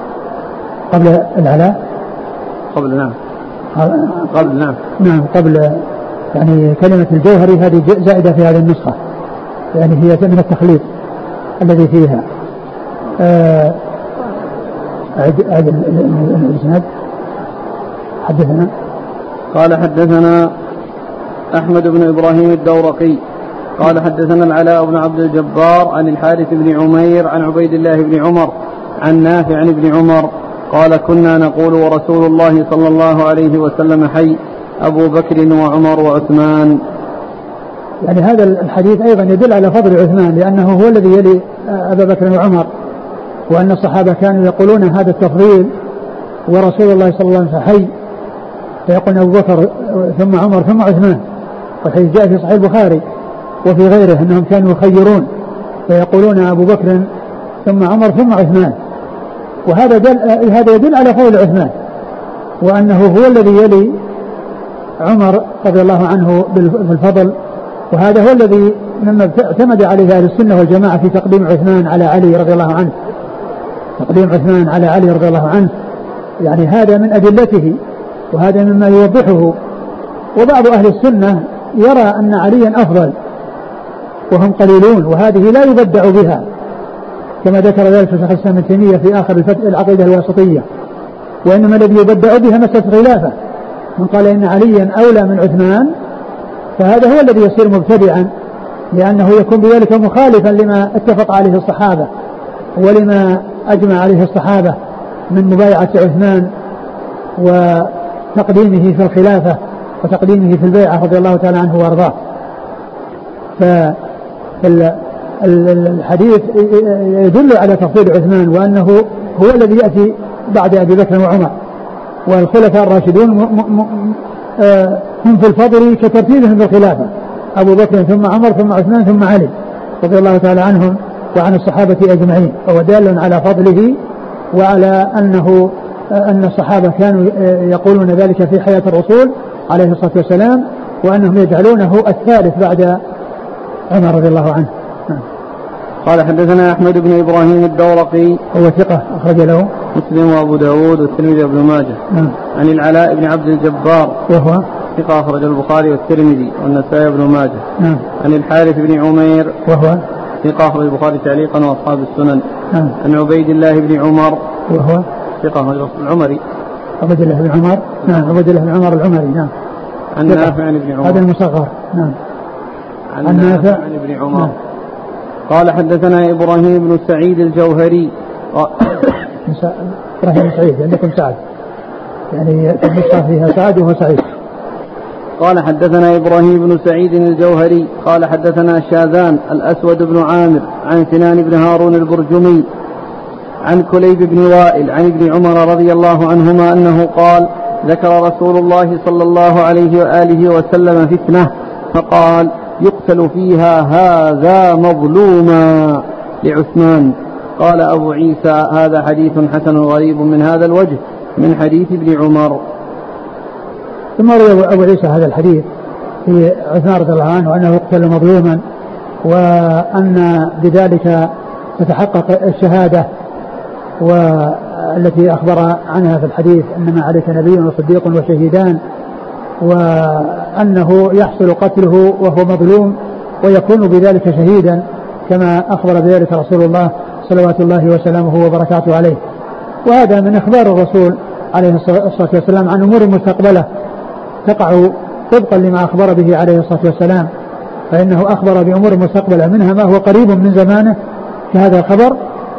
قبل العلاء قبل نعم قبل نعم نعم قبل، يعني كلمة الجوهري هذه زائدة في هذه النسخة، يعني هي من التخليط الذي فيها. أعد الإسناد. حدثنا. قال حدثنا أحمد بن إبراهيم الدورقي قال حدثنا العلاء بن عبد الجبار عن الحارث بن عمير عن عبيد الله بن عمر عن نافع عن ابن عمر قال كنا نقول ورسول الله صلى الله عليه وسلم حي أبو بكر وعمر وعثمان. يعني هذا الحديث أيضا يدل على فضل عثمان، لأنه هو الذي يلي أبا بكر وعمر، وأن الصحابة كانوا يقولون هذا التفضيل ورسول الله صلى الله عليه وسلم حي، فيقول أبو بكر ثم عمر ثم عثمان، والحديث جاء في صحيح البخاري وفي غيره أنهم كانوا يخيرون فيقولون أبو بكر ثم عمر ثم عثمان، وهذا دل هذا يدل على فضل عثمان وأنه هو الذي يلي عمر رضي الله عنه بالفضل، وهذا هو الذي مما اعتمد عليه أهل السنة والجماعة في تقديم عثمان على علي رضي الله عنه، تقديم عثمان على علي رضي الله عنه، يعني هذا من أدلته وهذا مما يوضحه. وبعض أهل السنة يرى أن عليا أفضل وهم قليلون، وهذه لا يبدع بها كما ذكر ذلك شيخ الإسلام ابن تيمية في آخر الفتح العقيدة الواسطية، وإنما الذي يبدع بها مسألة خلافة، من قال إن عليا أولى من عثمان فهذا هو الذي يصير مبتدعا، لأنه يكون بذلك مخالفا لما اتفق عليه الصحابة ولما أجمع عليه الصحابة من مبايعة عثمان وتقديمه في الخلافة وتقديمه في البيعة رضي الله تعالى عنه وارضاه. فالحديث يدل على تفضيل عثمان وأنه هو الذي يأتي بعد أبي بكر وعمر، والخلفاء الراشدون هم في الفضل كترتيبهم بالخلافة، أبو بكر ثم عمر ثم عثمان ثم علي رضي الله تعالى عنهم وعن الصحابة أجمعين، فهو دال على فضله وعلى أنه أن الصحابة كانوا يقولون ذلك في حياة الرسول عليه الصلاة والسلام، وأنهم يجعلونه الثالث بعد عمر رضي الله عنه. قال حدثنا أحمد بن إبراهيم الدورقي هو ثقة أخرج له مسلم وأبو داود والترمذي وابن ماجه. نعم. عن العلاء بن عبد الجبار وهو ثقة أخرج البخاري والترمذي والنسائي وابن ماجه. نعم. عن الحارث بن عمير وهو ثقة أخرج البخاري تعليقا وأصحاب السنن. نعم. عن عبيد الله بن عمر وهو ثقة أخرج العمري عبد الله بن عمر. نعم. عبد الله بن عمر العمري. نعم. عن نافع عن ابن عمر. هذا المصغر. نعم. عن, عن نافع عن ابن عمر. نعم. قال حدثنا إبراهيم بن سعيد الجوهري. إبراهيم سعيد عندكم سعد يعني النسخة فيها سعد وهو سعيد. قال حدثنا إبراهيم بن سعيد الجوهري قال حدثنا شاذان الأسود بن عامر عن سنان بن هارون البرجمي عن كليب بن وائل عن ابن عمر رضي الله عنهما أنه قال ذكر رسول الله صلى الله عليه وآله وسلم فتنة فقال يقتل فيها هذا مظلوما لعثمان. قال أبو عيسى هذا حديث حسن غريب من هذا الوجه من حديث ابن عمر. ثم روى أبو عيسى هذا الحديث في عثمان رضي الله عنه أنه يقتل مظلوما وأن بذلك تتحقق الشهادة والتي أخبر عنها في الحديث إنما عليك نبي وصديق وشهيدان وأنه يحصل قتله وهو مظلوم ويكون بذلك شهيدا كما أخبر بذلك رسول الله صلوات الله وسلامه وبركاته عليه. وهذا من إخبار الرسول عليه الصلاة والسلام عن أمور مستقبلة تقع طبقا لما أخبر به عليه الصلاة والسلام فإنه أخبر بأمور مستقبلة منها ما هو قريب من زمانه كهذا الخبر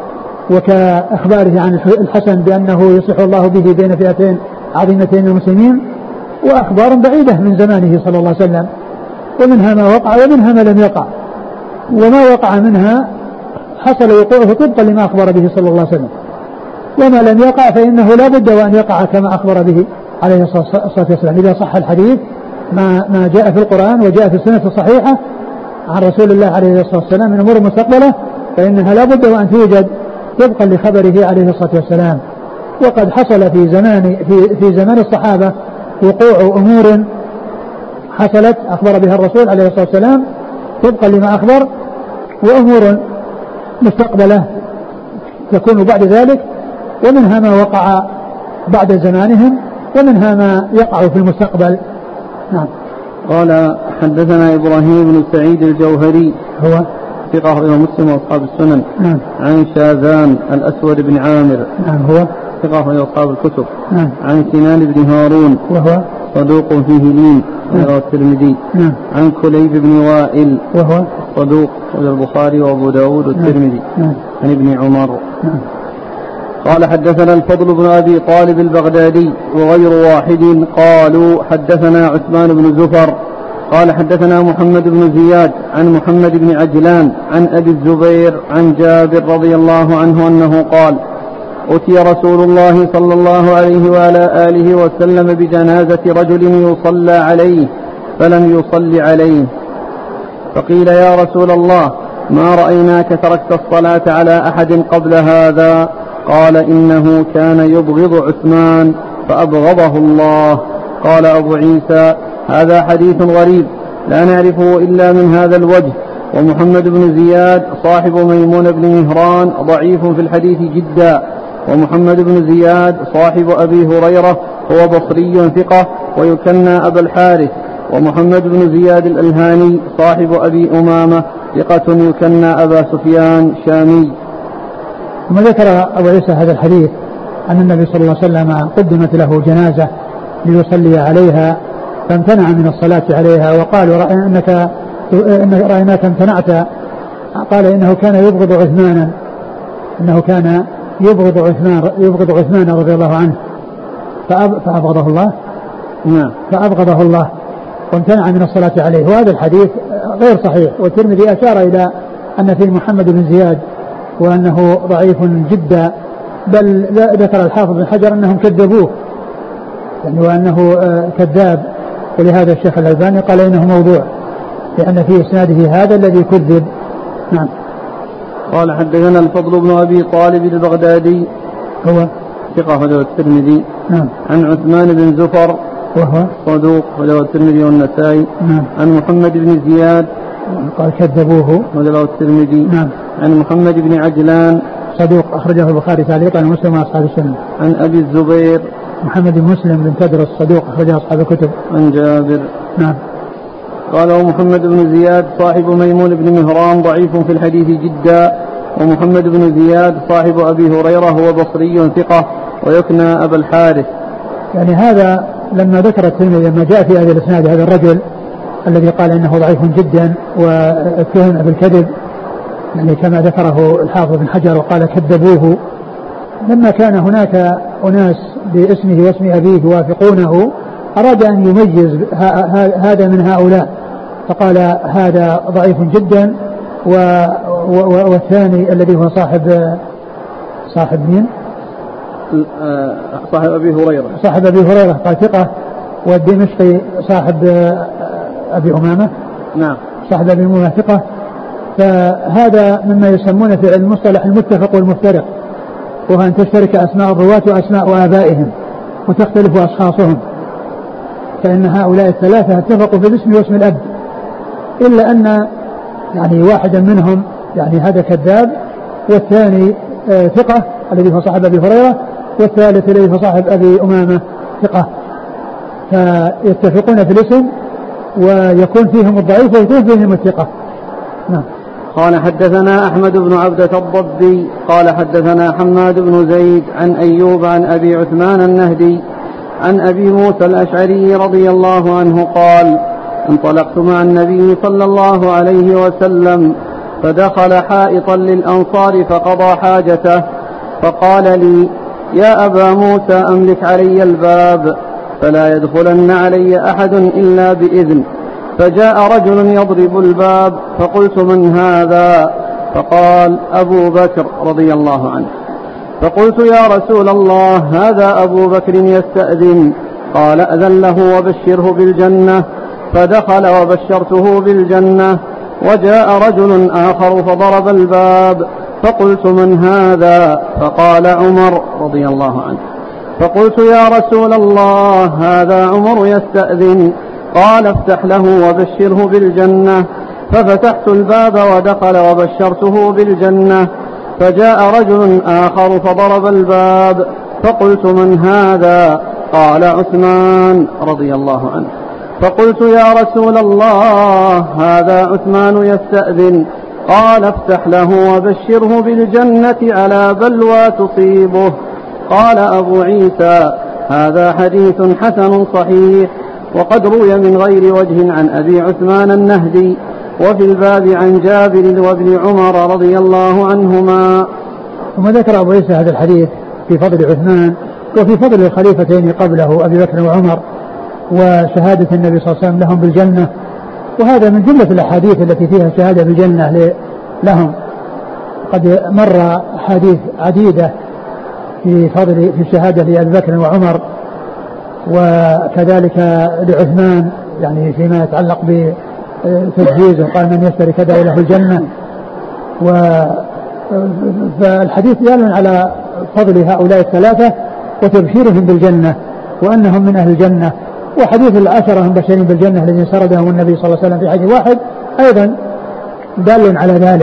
وكأخباره عن الحسن بأنه يصلح الله به بين فئتين عظيمتين المسلمين وأخبار بعيدة من زمانه صلى الله عليه وسلم ومنها ما وقع ومنها ما لم يقع وما وقع منها حصل وقوعه طبقا لما أخبر به صلى الله عليه وسلم وما لم يقع فإنه لا بد وأن يقع كما أخبر به عليه الصلاة والسلام. إذا صح الحديث ما, ما جاء في القرآن وجاء في السنة الصحيحة عن رسول الله عليه الصلاة والسلام من أمور مستقبلة فإنها لا بد وأن توجد طبقا لخبره عليه الصلاة والسلام. وقد حصل في زمان في, في زمان الصحابة وقوع أمور حصلت أخبر بها الرسول عليه الصلاة والسلام طبقا لما أخبر وأمور مستقبلة تكون بعد ذلك ومنها ما وقع بعد زمانهم ومنها ما يقع في المستقبل. نعم. قال حدثنا إبراهيم بن سعيد الجوهري هو ثقة أخرجه مسلم وأصحاب السنن. نعم. عن شاذان الأسود بن عامر. نعم. هو ثقة أخرجه أصحاب الكتب. نعم. عن سنان بن هارون وهو صدوق فيه لين رواه الترمذي. نعم. عن كليب بن وائل وهو صدوق البخاري وأبو داود والترمذي. نعم. عن ابن عمر. نعم. قال حدثنا الفضل بن أبي طالب البغدادي وغير واحد قالوا حدثنا عثمان بن زفر قال حدثنا محمد بن زياد عن محمد بن عجلان عن أبي الزبير عن جابر رضي الله عنه أنه قال أتي رسول الله صلى الله عليه وعلى آله وسلم بجنازة رجل يصلى عليه فلم يصل عليه فقيل يا رسول الله ما رأيناك تركت الصلاة على أحد قبل هذا قال إنه كان يبغض عثمان فأبغضه الله. قال أبو عيسى هذا حديث غريب لا نعرفه إلا من هذا الوجه ومحمد بن زياد صاحب ميمون بن مهران ضعيف في الحديث جدا ومحمد بن زياد صاحب أبي هريرة هو بصري ثقة ويكنى أبا الحارث ومحمد بن زياد الألهاني صاحب أبي أمامة ثقة يكنى أبا سفيان شامي. ثم ذكر أبو عيسى هذا الحديث أن النبي صلى الله عليه وسلم قدمت له جنازة ليصلي عليها فامتنع من الصلاة عليها وقالوا رأيناك رأيناك امتنعت قال إنه كان يبغض عثمانا إنه كان يبغض عثمان يبغض عثمان رضي الله عنه فأبغضه الله نعم فأبغضه الله وامتنع من الصلاة عليه. وهذا الحديث غير صحيح والترمذي أشار إلى أن فيه محمد بن زياد وأنه ضعيف جدا بل ذكر الحافظ بن حجر أنهم كذبوه يعني وأنه كذاب ولهذا الشيخ الألباني قال إنه موضوع لأن في إسناده هذا الذي كذب. نعم. قال حدثنا الفضل بن أبي طالب البغدادي هو ثقة أخرجه الترمذي. نعم. عن عثمان بن زفر وهو صدوق أخرجه الترمذي والنسائي. نعم. عن محمد بن زياد قال كذبوه أخرجه الترمذي. نعم. عن محمد بن عجلان صدوق أخرجه البخاري تعليقا ومسلم وأصحاب السنة. عن أبي الزبير محمد بن مسلم بن تدرس صدوق أخرجه أصحاب الكتب. عن جابر. نعم. قال محمد بن زياد صاحب ميمون بن مهران ضعيف في الحديث جدا ومحمد بن زياد صاحب أبي هريرة هو بصري ثقة ويكنى أبا الحارث. يعني هذا لما ذكر الترمذي لما جاء في هذا الاسناد هذا الرجل الذي قال انه ضعيف جدا واتهم بالكذب، يعني كما ذكره الحافظ بن حجر وقال كذبوه، لما كان هناك أناس باسمه واسم أبيه يوافقونه أراد أن يميز هذا من هؤلاء، فقال هذا ضعيف جدا، والثاني الذي هو صاحب صاحب مين؟ صاحب أبي هريرة صاحب أبي هريرة قال ثقة، والدمشقي صاحب أبي أمامة نعم صاحب أبي أمامة ثقة. فهذا مما يسمونه في المصطلح المتفق والمفترق، وهو أن تشترك أسماء الرواة وأسماء آبائهم وتختلف أشخاصهم، فإن هؤلاء الثلاثة اتفقوا في الاسم واسم الأب، إلا أن يعني واحدا منهم يعني هذا كذاب، والثاني آه ثقة الذي هو صاحب أبي هريرة، والثالث الذي هو صاحب أبي أمامة ثقة، فيتفقون في الاسم ويكون فيهم الضعيف ويكون فيهم الثقة. نعم. قال حدثنا أحمد بن عبدة الضبي قال حدثنا حماد بن زيد عن أيوب عن أبي عثمان النهدي عن أبي موسى الأشعري رضي الله عنه قال انطلقت مع النبي صلى الله عليه وسلم فدخل حائطا للأنصار فقضى حاجته، فقال لي يا أبا موسى أملك علي الباب فلا يدخلن علي أحد إلا بإذن، فجاء رجل يضرب الباب فقلت من هذا؟ فقال أبو بكر رضي الله عنه، فقلت يا رسول الله هذا أبو بكر يستأذن، قال أذن له وبشره بالجنة، فدخل وبشرته بالجنة، وجاء رجل آخر فضرب الباب فقلت من هذا؟ فقال عمر رضي الله عنه، فقلت يا رسول الله هذا عمر يستأذن، قال افتح له وبشره بالجنة، ففتحت الباب ودخل وبشرته بالجنة، فجاء رجل آخر فضرب الباب فقلت من هذا؟ قال عثمان رضي الله عنه، فقلت يا رسول الله هذا عثمان يستأذن، قال افتح له وبشره بالجنة على بلوى تصيبه. قال أبو عيسى هذا حديث حسن صحيح، وقد روي من غير وجه عن أبي عثمان النهدي، وفي الباب عن جابر وابن عمر رضي الله عنهما. ثم ذكر أبو عيسى هذا الحديث في فضل عثمان وفي فضل الخليفتين قبله أبي بكر وعمر وشهادة النبي صلى الله عليه وسلم لهم بالجنة، وهذا من جملة الأحاديث التي فيها شهادة بالجنة لهم. قد مر حديث عديدة في فضل في الشهادة لأبي بكر وعمر، وكذلك لعثمان يعني فيما يتعلق بتجهيزه وقال من يشتري كذا له الجنة. فالحديث يدل على فضل هؤلاء الثلاثة وتبشيرهم بالجنة وأنهم من أهل الجنة، وحديث العشرة هم بشرين بالجنة الذين سردهم النبي صلى الله عليه وسلم في حديث واحد أيضا دال على ذلك.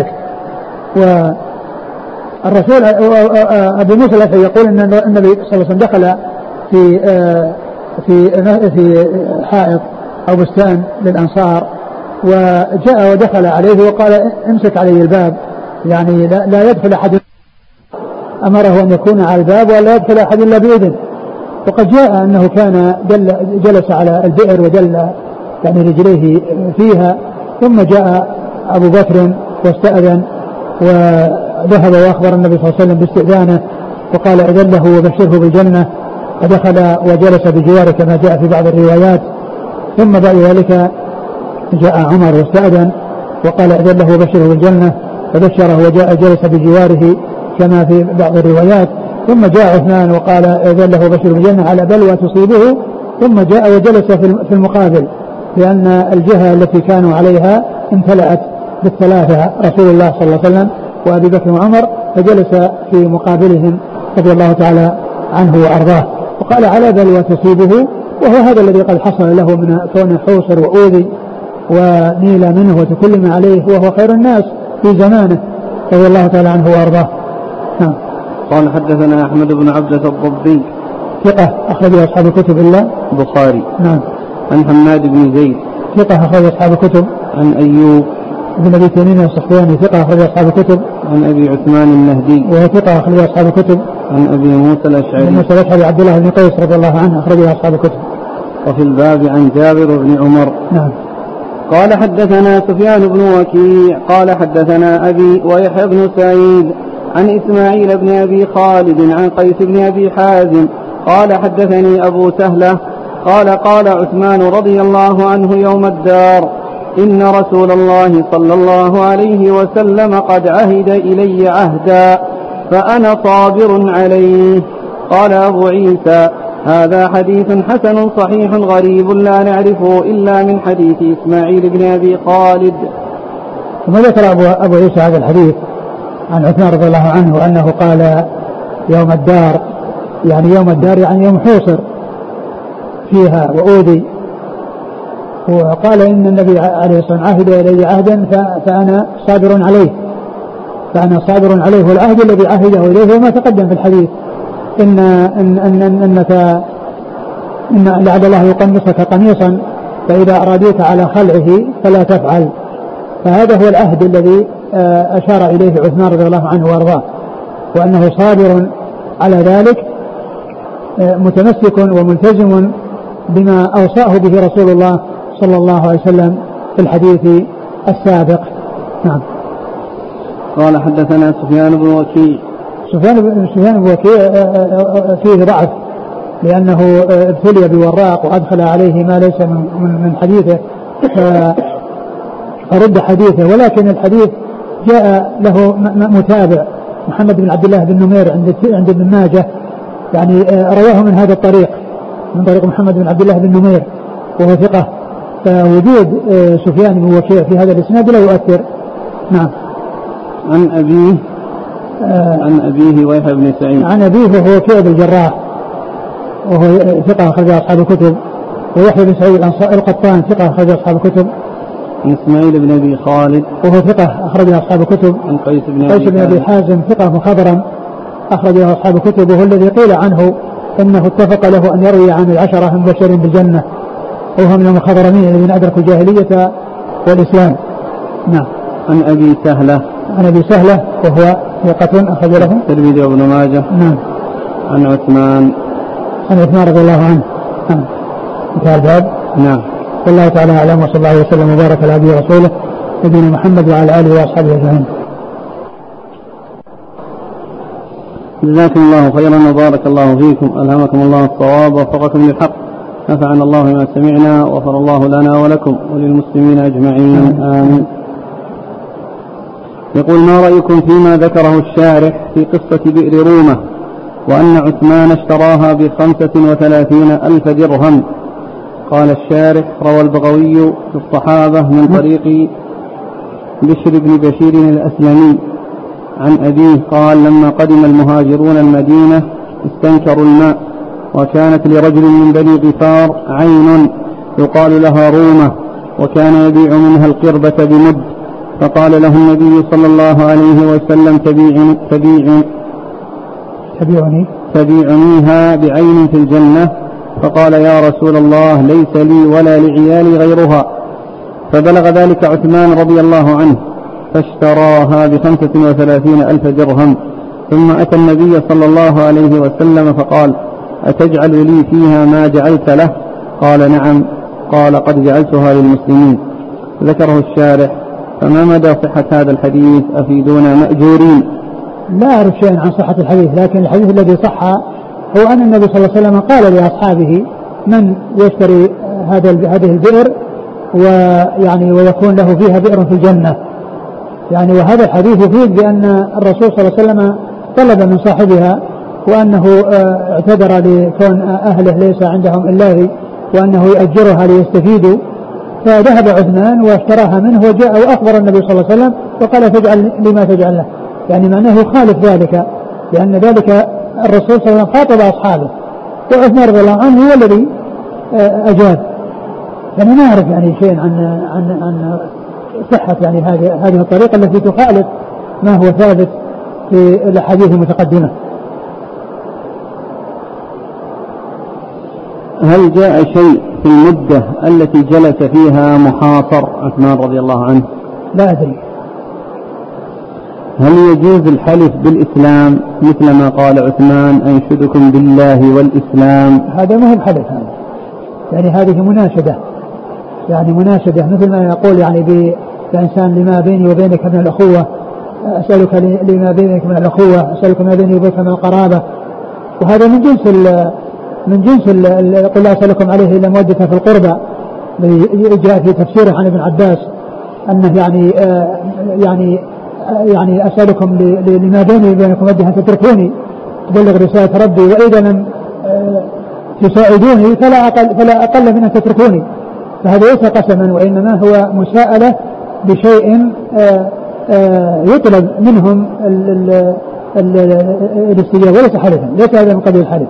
والرسول أبو موسى الأشعري يقول أن النبي صلى الله عليه وسلم دخل في في في حائط أو بستان للأنصار، وجاء ودخل عليه وقال امسك عليه الباب، يعني لا, لا يدخل أحد، أمره أن يكون على الباب ولا يدخل أحد إلا بإذن. وقد جاء أنه كان جلس على البئر وجل يعني رجليه فيها، ثم جاء أبو بكر واستأذن وذهب وأخبر النبي صلى الله عليه وسلم باستئذانه وقال أذن له وبشره بالجنة، فدخل وجلس بجواره كما جاء في بعض الروايات. ثم بعد ذلك جاء عمر واستأذن وقال أذن له وبشره بالجنة، فبشره وجاء جلس بجواره كما في بعض الروايات. ثم جاء عثمان وقال أذن له وبشره بالجنة على بلوى تصيبه، ثم جاء وجلس في المقابل، لأن الجهة التي كانوا عليها امتلأت بالثلاثة رسول الله صلى الله عليه وسلم وأبي بكر وعمر، فجلس في مقابلهم رضي الله تعالى عنه وأرضاه، وقال على بلوى تصيبه، وهو هذا الذي قد حصل له من كون حوصر وأوذي ونيل منه وتكلم عليه وهو خير الناس في زمانه رضي الله تعالى عنه وأرضاه. نعم. قال حدثنا أحمد بن عبدة الضبي ثقة أخرج أصحاب الكتب إلا البخاري. نعم. عن حماد بن زيد ثقة أخرج أصحاب الكتب. عن أيوب بن أبي تميم الصحواني ثقة أخرج أصحاب الكتب. عن أبي عثمان النهدي وهو ثقة أخرج أصحاب الكتب. عن أبي موسى الأشعري موسى الأشعري عبد الله بن قيس رضي الله عنه أخرج أصحاب الكتب. وفي الباب عن جابر بن عمر. نعم. قال حدثنا سفيان بن وكيع قال حدثنا أبي ويحيى بن سعيد عن إسماعيل بن أبي خالد عن قيس بن أبي حازم قال حدثني أبو سهلة قال قال عثمان رضي الله عنه يوم الدار إن رسول الله صلى الله عليه وسلم قد عهد إلي عهدا فأنا صابر عليه. قال أبو عيسى هذا حديث حسن صحيح غريب لا نعرفه إلا من حديث إسماعيل بن أبي خالد. ثم ذكر أبو عيسى هذا الحديث عن عثمان رضي الله عنه أنه قال يوم الدار، يعني يوم الدار يعني يوم حوصر فيها وأوذي، وقال إن النبي عليه الصلاة والسلام عهد إلي عهدا فأنا صابر عليه، فأنا صابر عليه، والعهد الذي عهده إليه وما تقدم في الحديث إن إن إن إن إنك إن لعل الله يقمصك قميصا فإذا أراديت على خلعه فلا تفعل. فهذا هو العهد الذي أشار إليه عثمان رضي الله عنه وأرضاه، وأنه صابر على ذلك متمسك وملتزم بما أوصاه به رسول الله صلى الله عليه وسلم في الحديث السابق. نعم. قال حدثنا سفيان بن وكيع. سفيان بن سفيان بن وكيع فيه ضعف لأنه ابتلي بوراق وأدخل عليه ما ليس من من حديثه فرد حديثه، ولكن الحديث جاء له متابع محمد بن عبد الله بن نمير عند عند ابن ماجه، يعني رواه من هذا الطريق من طريق محمد بن عبد الله بن نمير وهو ثقة، فوجود سفيان بن وكيع في هذا الاسناد لا يؤثر. نعم. عن أبيه آه عن أبيه ويحيى بن سعيد عن أبيه وهو وكيع بن الجراح وهو ثقة أخرج أصحاب الكتب، ويحيى بن سعيد القطان ثقة أخرج أصحاب الكتب. عن إسماعيل بن أبي خالد وهو ثقة أخرج أصحاب الكتب. عن قيس بن قيس بن أبي حازم ثقة مخضرم أخرج أصحاب الكتب، وهو الذي قيل عنه إنه اتفق له أن يروي عن العشرة المبشرين بالجنة، وهو من المخضرمين الذين أدركوا الجاهلية والإسلام. نعم. عن أبي سهلة عن أبي سهلة وهو ثقة أخرج له الترمذي وابن ماجه. نعم. عن عثمان عن عثمان رضي الله عنه. نعم. انتهى الباب. نعم. والله تعالى أعلم، وصلى الله وسلم وبارك على عبده ورسوله نبينا محمد وعلى آله وأصحابه أجمعين. جزاكم الله خيرا وبارك الله فيكم، ألهمكم الله الصواب ووفقكم للحق، نفعنا الله ما سمعنا وغفر الله لنا ولكم وللمسلمين أجمعين آمين. يقول ما رأيكم فيما ذكره الشارح في قصة بئر رومة وأن عثمان اشتراها بخمسة وثلاثين ألف درهم؟ قال الشارح روى البغوي في الصحابة من طريق بشر بن بشير الأسلمي عن أبيه قال لما قدم المهاجرون المدينة استنكروا الماء، وكانت لرجل من بني غفار عين يقال لها رومة وكان يبيع منها القربة بمد، فقال له النبي صلى الله عليه وسلم تبيعني تبيعني تبيعني تبيعنيها بعين في الجنة، فقال يا رسول الله ليس لي ولا لعيالي غيرها، فبلغ ذلك عثمان رضي الله عنه فاشتراها بخمسة وثلاثين ألف درهم، ثم أتى النبي صلى الله عليه وسلم فقال أتجعل لي فيها ما جعلت له؟ قال نعم. قال قد جعلتها للمسلمين. ذكره الشارح، فما مدى صحة هذا الحديث؟ أفيدونا مأجورين. لا أعرف شيئا عن صحة الحديث، لكن الحديث الذي صح هو أن النبي صلى الله عليه وسلم قال لأصحابه من يشتري هذه البئر ويعني ويكون له فيها بئر في الجنة، يعني وهذا الحديث يفيد بأن الرسول صلى الله عليه وسلم طلب من صاحبها وأنه اعتذر لكون أهله ليس عندهم إلا هي وأنه يأجرها ليستفيدوا، فذهب عثمان واشتراها منه وجاء وأخبر النبي صلى الله عليه وسلم وقال تجعل لما تجعل له، يعني معناه يخالف ذلك، لأن ذلك الرسول صلى الله عليه وسلم خاطب أصحابه وعثمان رضي الله عنه هو الذي أجاب. يعني ما أعرف يعني شيء عن عن عن صحة يعني هذه هذه الطريقة التي تخالف ما هو ثابت في الأحاديث المتقدمة. هل جاء شيء في المدة التي جلس فيها محاصر عثمان رضي الله عنه؟ لا أدري. هل يجوز الحلف بالإسلام مثل ما قال عثمان أنشدكم بالله والإسلام؟ هذا ما هو الحلف، هذا يعني هذه مناشدة، يعني مناشدة مثل ما يقول يعني بإنسان لما بيني وبينك من الأخوة أسألك لما بينك من الأخوة أسألك ما بيني وبينك من القرابة. وهذا من جنس ال من جنس ال قل لا أسألكم عليه إلا مودة في القربى، جاء في تفسيره عن ابن عباس أنه يعني آه يعني آه يعني أسألكم لما بيني وبينكم مودة أن تتركوني تبلغ رسالة ربي، وإذا لم آه تساعدوني فلا أقل, فلا أقل من أن تتركوني. فهذا ليس قسما، وإنما هو مساءلة بشيء آه آه يطلب منهم الاستجابة وليس حلفا، ليس هذا من قبيل الحلف.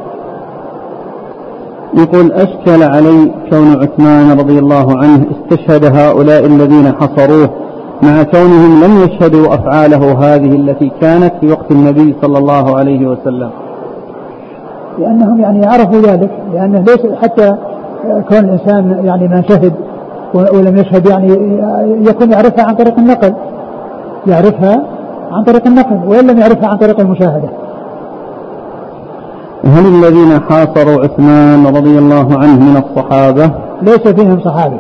يقول أشكل علي كون عثمان رضي الله عنه استشهد هؤلاء الذين حصروه مع كونهم لم يشهدوا أفعاله هذه التي كانت في وقت النبي صلى الله عليه وسلم. لأنهم يعني عرفوا ذلك، لأنه ليس حتى كون الإنسان يعني ما شهد ولم يشهد يعني يكون يعرفها عن طريق النقل، يعرفها عن طريق النقل وإن لم يعرفها عن طريق المشاهدة. هل الذين حاصروا عثمان رضي الله عنه من الصحابة؟ ليس فيهم صحابي.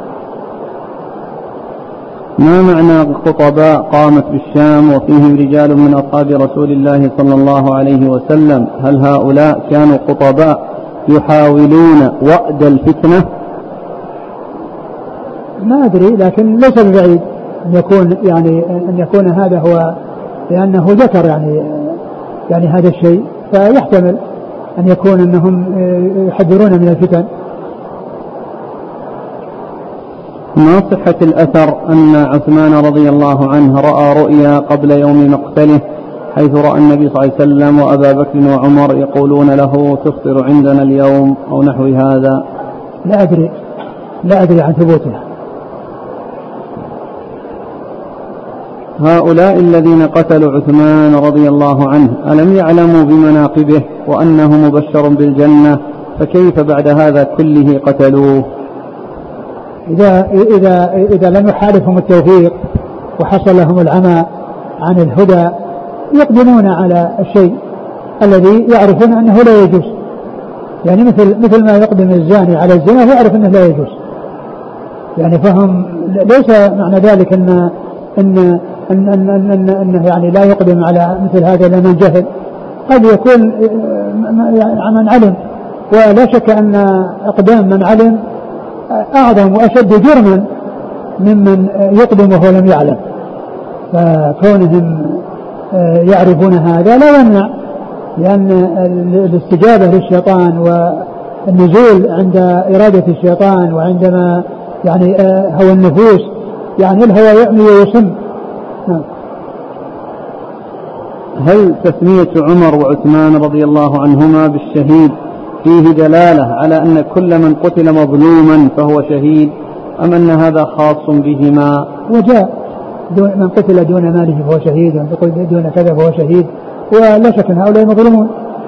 ما معنى خطباء قامت بالشام وفيهم رجال من أصحاب رسول الله صلى الله عليه وسلم؟ هل هؤلاء كانوا خطباء يحاولون وأد الفتنة؟ ما أدري، لكن ليس ببعيد أن يكون يعني أن يكون هذا هو، لأنه ذكر يعني يعني هذا الشيء، فيحتمل أن يكون أنهم يحذرون من الفتن. ما صحة الأثر أن عثمان رضي الله عنه رأى رؤيا قبل يوم مقتله حيث رأى النبي صلى الله عليه وسلم وأبا بكر وعمر يقولون له تفطر عندنا اليوم أو نحو هذا؟ لا أدري لا أدري عن ثبوتها. هؤلاء الذين قتلوا عثمان رضي الله عنه ألم يعلموا بمناقبه وأنه مبشر بالجنة، فكيف بعد هذا كله قتلوه؟ إذا, إذا, إذا لم يحالفهم التوفيق وحصل لهم العمى عن الهدى يقدمون على الشيء الذي يعرفون أنه لا يجوز، يعني مثل, مثل ما يقدم الزاني على الزنا ويعرف أنه لا يجوز، يعني فهم ليس معنى ذلك أن أن أن أن أن أنه يعني لا يقدم على مثل هذا لمن جهل، قد يكون من علم، ولا شك أن أقدام من علم أعظم وأشد جرما ممن يقدم وهو لم يعلم، فكونهم يعرفون هذا لا يمنع، لأن الاستجابة للشيطان والنزول عند إرادة الشيطان وعندما يعني هوى النفوس، يعني الهوى يعمي ويسم. هل تسمية عمر وعثمان رضي الله عنهما بالشهيد فيه دلالة على أن كل من قتل مظلوما فهو شهيد، أم أن هذا خاص بهما؟ وجاء من قتل دون ماله فهو شهيد، ومن قتل دون كذا فهو شهيد، ولا شك أن هؤلاء مظلومون.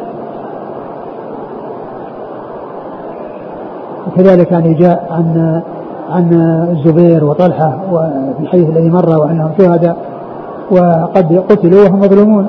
وكذلك يعني جاء عن عن الزبير وطلحة وفي الحديث الذي مر وأنهم شهداء وقد قتلوا وهم مظلومون.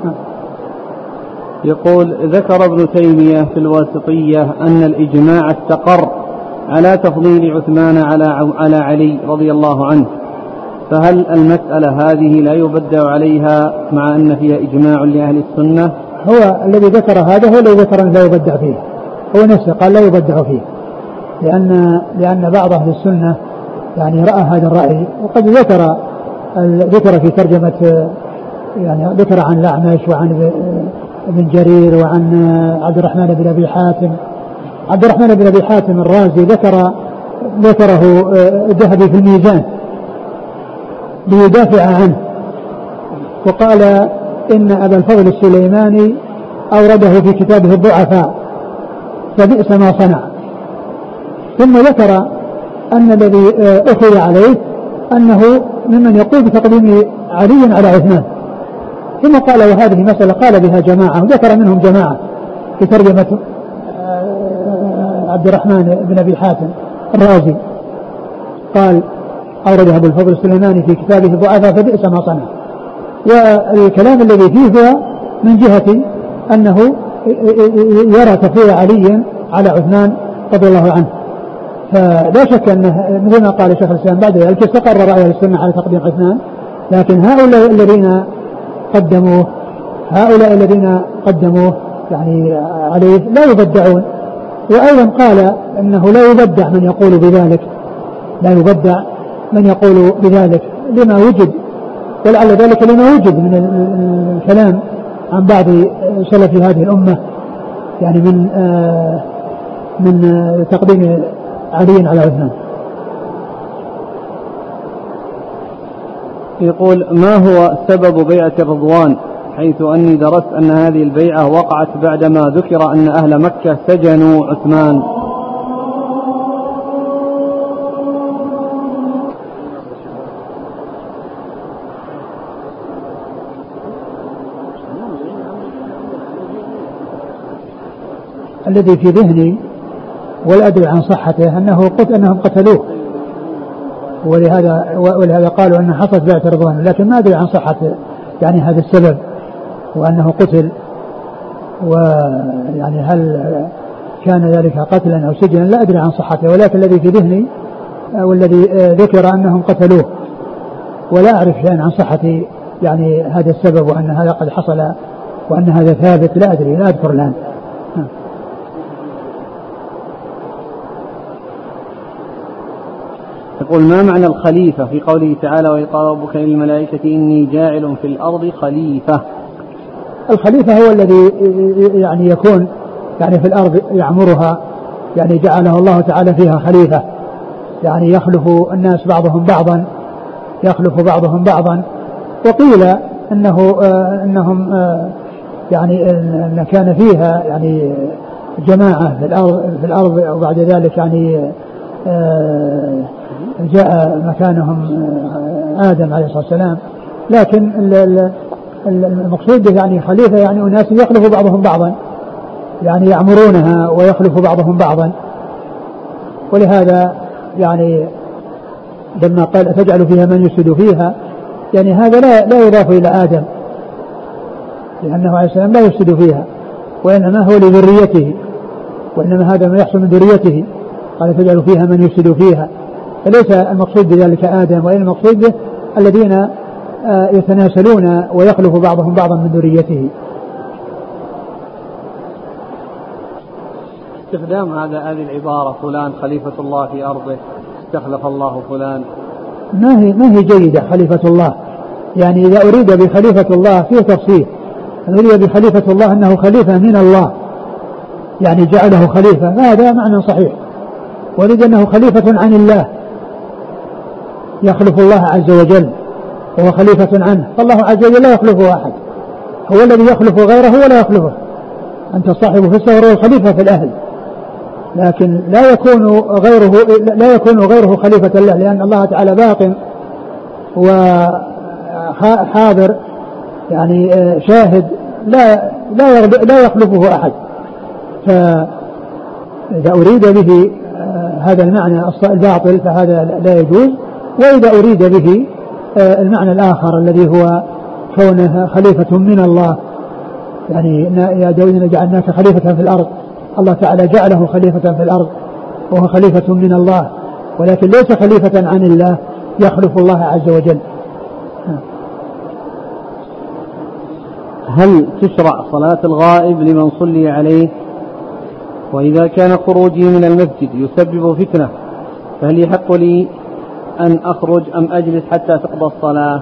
يقول ذكر ابن تيمية في الواسطية أن الإجماع استقر على تفضيل عثمان على على علي رضي الله عنه، فهل المسألة هذه لا يبدع عليها مع أن فيها إجماع لأهل السنة؟ هو الذي ذكر هذا هو الذي ذكر أن لا يبدع فيه، هو نفسه قال لا يبدع فيه، لأن لأن بعض أهل السنة يعني رأى هذا الرأي، وقد ذكر ذكر في ترجمة يعني ذكر عن الأعمش وعن ابن جرير وعن عبد الرحمن بن أبي حاتم. عبد الرحمن بن أبي حاتم الرازي ذكر ذكره الذهبي في الميزان ليدافع عنه، وقال إن أبا الفضل السليماني أورده في كتابه الضعفاء فبئس ما صنع. ثم ذكر أن الذي أخذ عليه أنه ممن يقول بتقديم علي على عثمان، ثم قال وهذه مسألة قال بها جماعة، وذكر منهم جماعة في ترجمة عبد الرحمن بن أبي حاتم الرازي، قال أوردها أبو الفضل السليماني في كتابه الضعفاء فبئس ما صنع. والكلام الذي فيه هو من جهة أنه يرى تفضيل علي على عثمان رضي الله عنه. فلا شك أنه مثل ما قال شيخ الإسلام بعد ذلك استقر رأي السنة على تقديم عثمان، لكن هؤلاء الذين قدموه هؤلاء الذين قدموه يعني عليه لا يبدعون. وأيضا قال أنه لا يبدع من يقول بذلك، لا يبدع من يقول بذلك لما وجد، ولعل ذلك لما وجد من الكلام عن بعض سلف هذه الأمة يعني من آه من آه تقديم علي على عثمان. يقول: ما هو سبب بيعة الرضوان؟ حيث أني درست أن هذه البيعة وقعت بعدما ذكر أن أهل مكة سجنوا عثمان. الذي في ذهني ولا أدري عن صحته أنه قلت أنهم قتلوه، ولهذا ولهذا قالوا أنه حصلت بيعة الرضوان، لكن ما أدري عن صحة يعني هذا السبب وأنه قتل، ويعني هل كان ذلك قتلا أو سجنا لا أدري عن صحته، ولكن الذي في ذهني والذي ذكر أنهم قتلوه، ولا أعرف شيئا عن صحة يعني هذا السبب وأن هذا قد حصل وأن هذا ثابت، لا أدري لا أذكر الآن. يقول: ما معنى الخليفة في قوله تعالى: وإذ قال ربك للملائكة إني جاعل في الأرض خليفة؟ الخليفة هو الذي يعني يكون يعني في الأرض يعمرها، يعني جعله الله تعالى فيها خليفة، يعني يخلف الناس بعضهم بعضا يخلف بعضهم بعضا. وقيل أنه آه أنهم آه يعني أن كان فيها يعني جماعة في الأرض في الأرض وبعد ذلك يعني آه جاء مكانهم آدم عليه الصلاة والسلام. لكن المقصود به يعني خليفة يعني أناس يخلف بعضهم بعضا، يعني يعمرونها ويخلف بعضهم بعضا. ولهذا يعني لما قال أتجعل فيها من يفسد فيها، يعني هذا لا, لا يضاف إلى آدم، لأنه عليه السلام لا يفسد فيها وإنما هو لذريته، وإنما هذا ما يحصل من ذريته. قال تجعل فيها من يفسد فيها، فليس المقصود بذلك آدم، وإن المقصود به الذين يتناسلون ويخلف بعضهم بعضا من ذريته. استخدام هذا هذه العبارة فلان خليفة الله في أرضه، استخلف الله فلان، ما هي ما هي جيدة. خليفة الله يعني إذا أريد بخليفة الله فيه تفصيل، أريد بخليفة الله أنه خليفة من الله يعني جعله خليفة، هذا معنى صحيح. وريد أنه خليفة عن الله يخلف الله عز وجل وهو خليفة عنه، فالله عز وجل لا يخلفه أحد، هو الذي يخلف غيره ولا يخلفه. أنت صاحب في السفر والخليفة في الأهل، لكن لا يكون غيره لا يكون غيره خليفة الله، لأن الله تعالى باق وحاضر يعني شاهد لا لا لا يخلفه أحد. فإذا أريد به هذا المعنى الباطل فهذا لا يجوز، وإذا أريد به المعنى الآخر الذي هو كونه خليفة من الله، يعني يا داود جعلناك خليفة في الأرض، الله تعالى جعله خليفة في الأرض وهو خليفة من الله، ولكن ليس خليفة عن الله يخلف الله عز وجل. هل تشرع صلاة الغائب لمن صلي عليه؟ وإذا كان خروجي من المسجد يسبب فتنة فهل يحق لي أن أخرج أم أجلس حتى تقضى الصلاة؟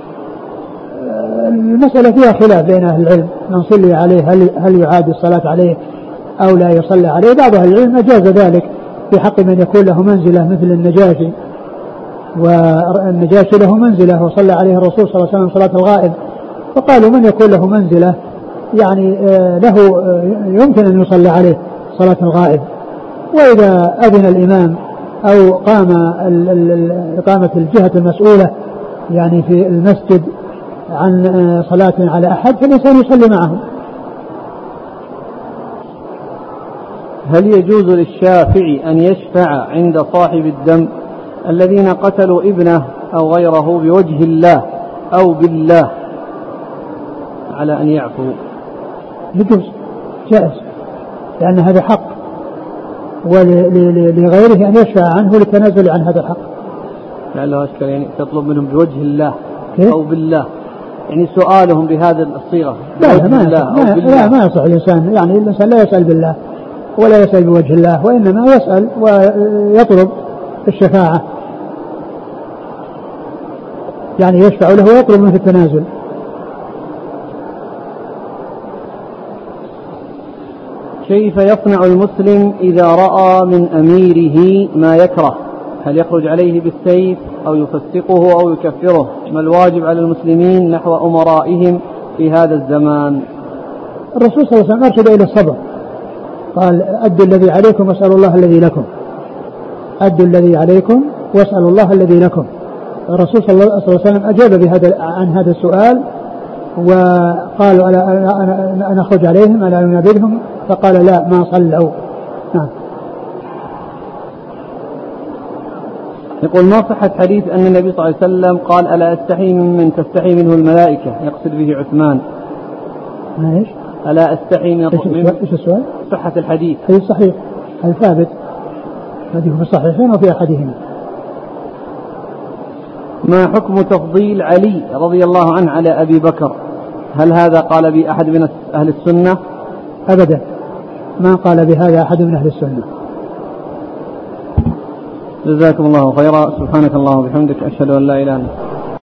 المسألة فيها خلاف بين أهل العلم، من صلي عليه هل, هل يعاد الصلاة عليه أو لا يصلى عليه. بعض أهل العلم أجاز ذلك في حق من يكون له منزلة مثل النجاشي، والنجاشي له منزلة وصلى عليه الرسول صلى الله عليه وسلم صلاة الغائب، فقالوا من يكون له منزلة يعني له يمكن أن يصلى عليه صلاة الغائب. وإذا أذن الإمام أو قام قامت الجهة المسؤولة يعني في المسجد عن صلاة على أحد فالإنسان يصلي معه. هل يجوز للشافعي أن يشفع عند صاحب الدم الذين قتلوا ابنه أو غيره بوجه الله أو بالله على أن يعفو؟ يجوز، جائز، لأن هذا حق، ولغيره أن يشفع عنه للتنازل عن هذا الحق. لعله أشكال يعني تطلب منهم بوجه الله كيف؟ أو بالله، يعني سؤالهم بهذه الصيغة لا لا ما, ما, لا ما يصح الإنسان، يعني الإنسان لا يسأل بالله ولا يسأل بوجه الله، وإنما يسأل ويطلب الشفاعة، يعني يشفع له ويطلب منه التنازل. كيف يصنع المسلم إذا رأى من أميره ما يكره؟ هل يخرج عليه بالسيف أو يفسقه أو يكفره؟ ما الواجب على المسلمين نحو أمرائهم في هذا الزمان؟ الرسول صلى الله عليه وسلم أرشد إلى الصبر، قال أدوا الذي عليكم واسألوا الله الذي لكم، أدوا الذي عليكم واسألوا الله الذي لكم. الرسول صلى الله عليه وسلم أجاب بهذا عن هذا السؤال وقالوا أنا أخرج عليهم ألا ننابذهم، فقال لا ما صلوا. نعم. يقول ما صحة حديث أن النبي صلى الله عليه وسلم قال ألا أستحي ممن تستحي منه الملائكة، يقصد به عثمان. ايش؟ ألا أستحي من ايش السؤال؟ صحة الحديث. حديث صحيح الثابت، هذه في الصحيحين وفي أحدهما. ما حكم تفضيل علي رضي الله عنه على أبي بكر؟ هل هذا قال به أحد من أهل السنة؟ أبدا ما قال بهذا أحد من أهل السنة. جزاكم الله خيرا. سبحانك اللهم وبحمدك أشهد أن لا إله إلا أنت.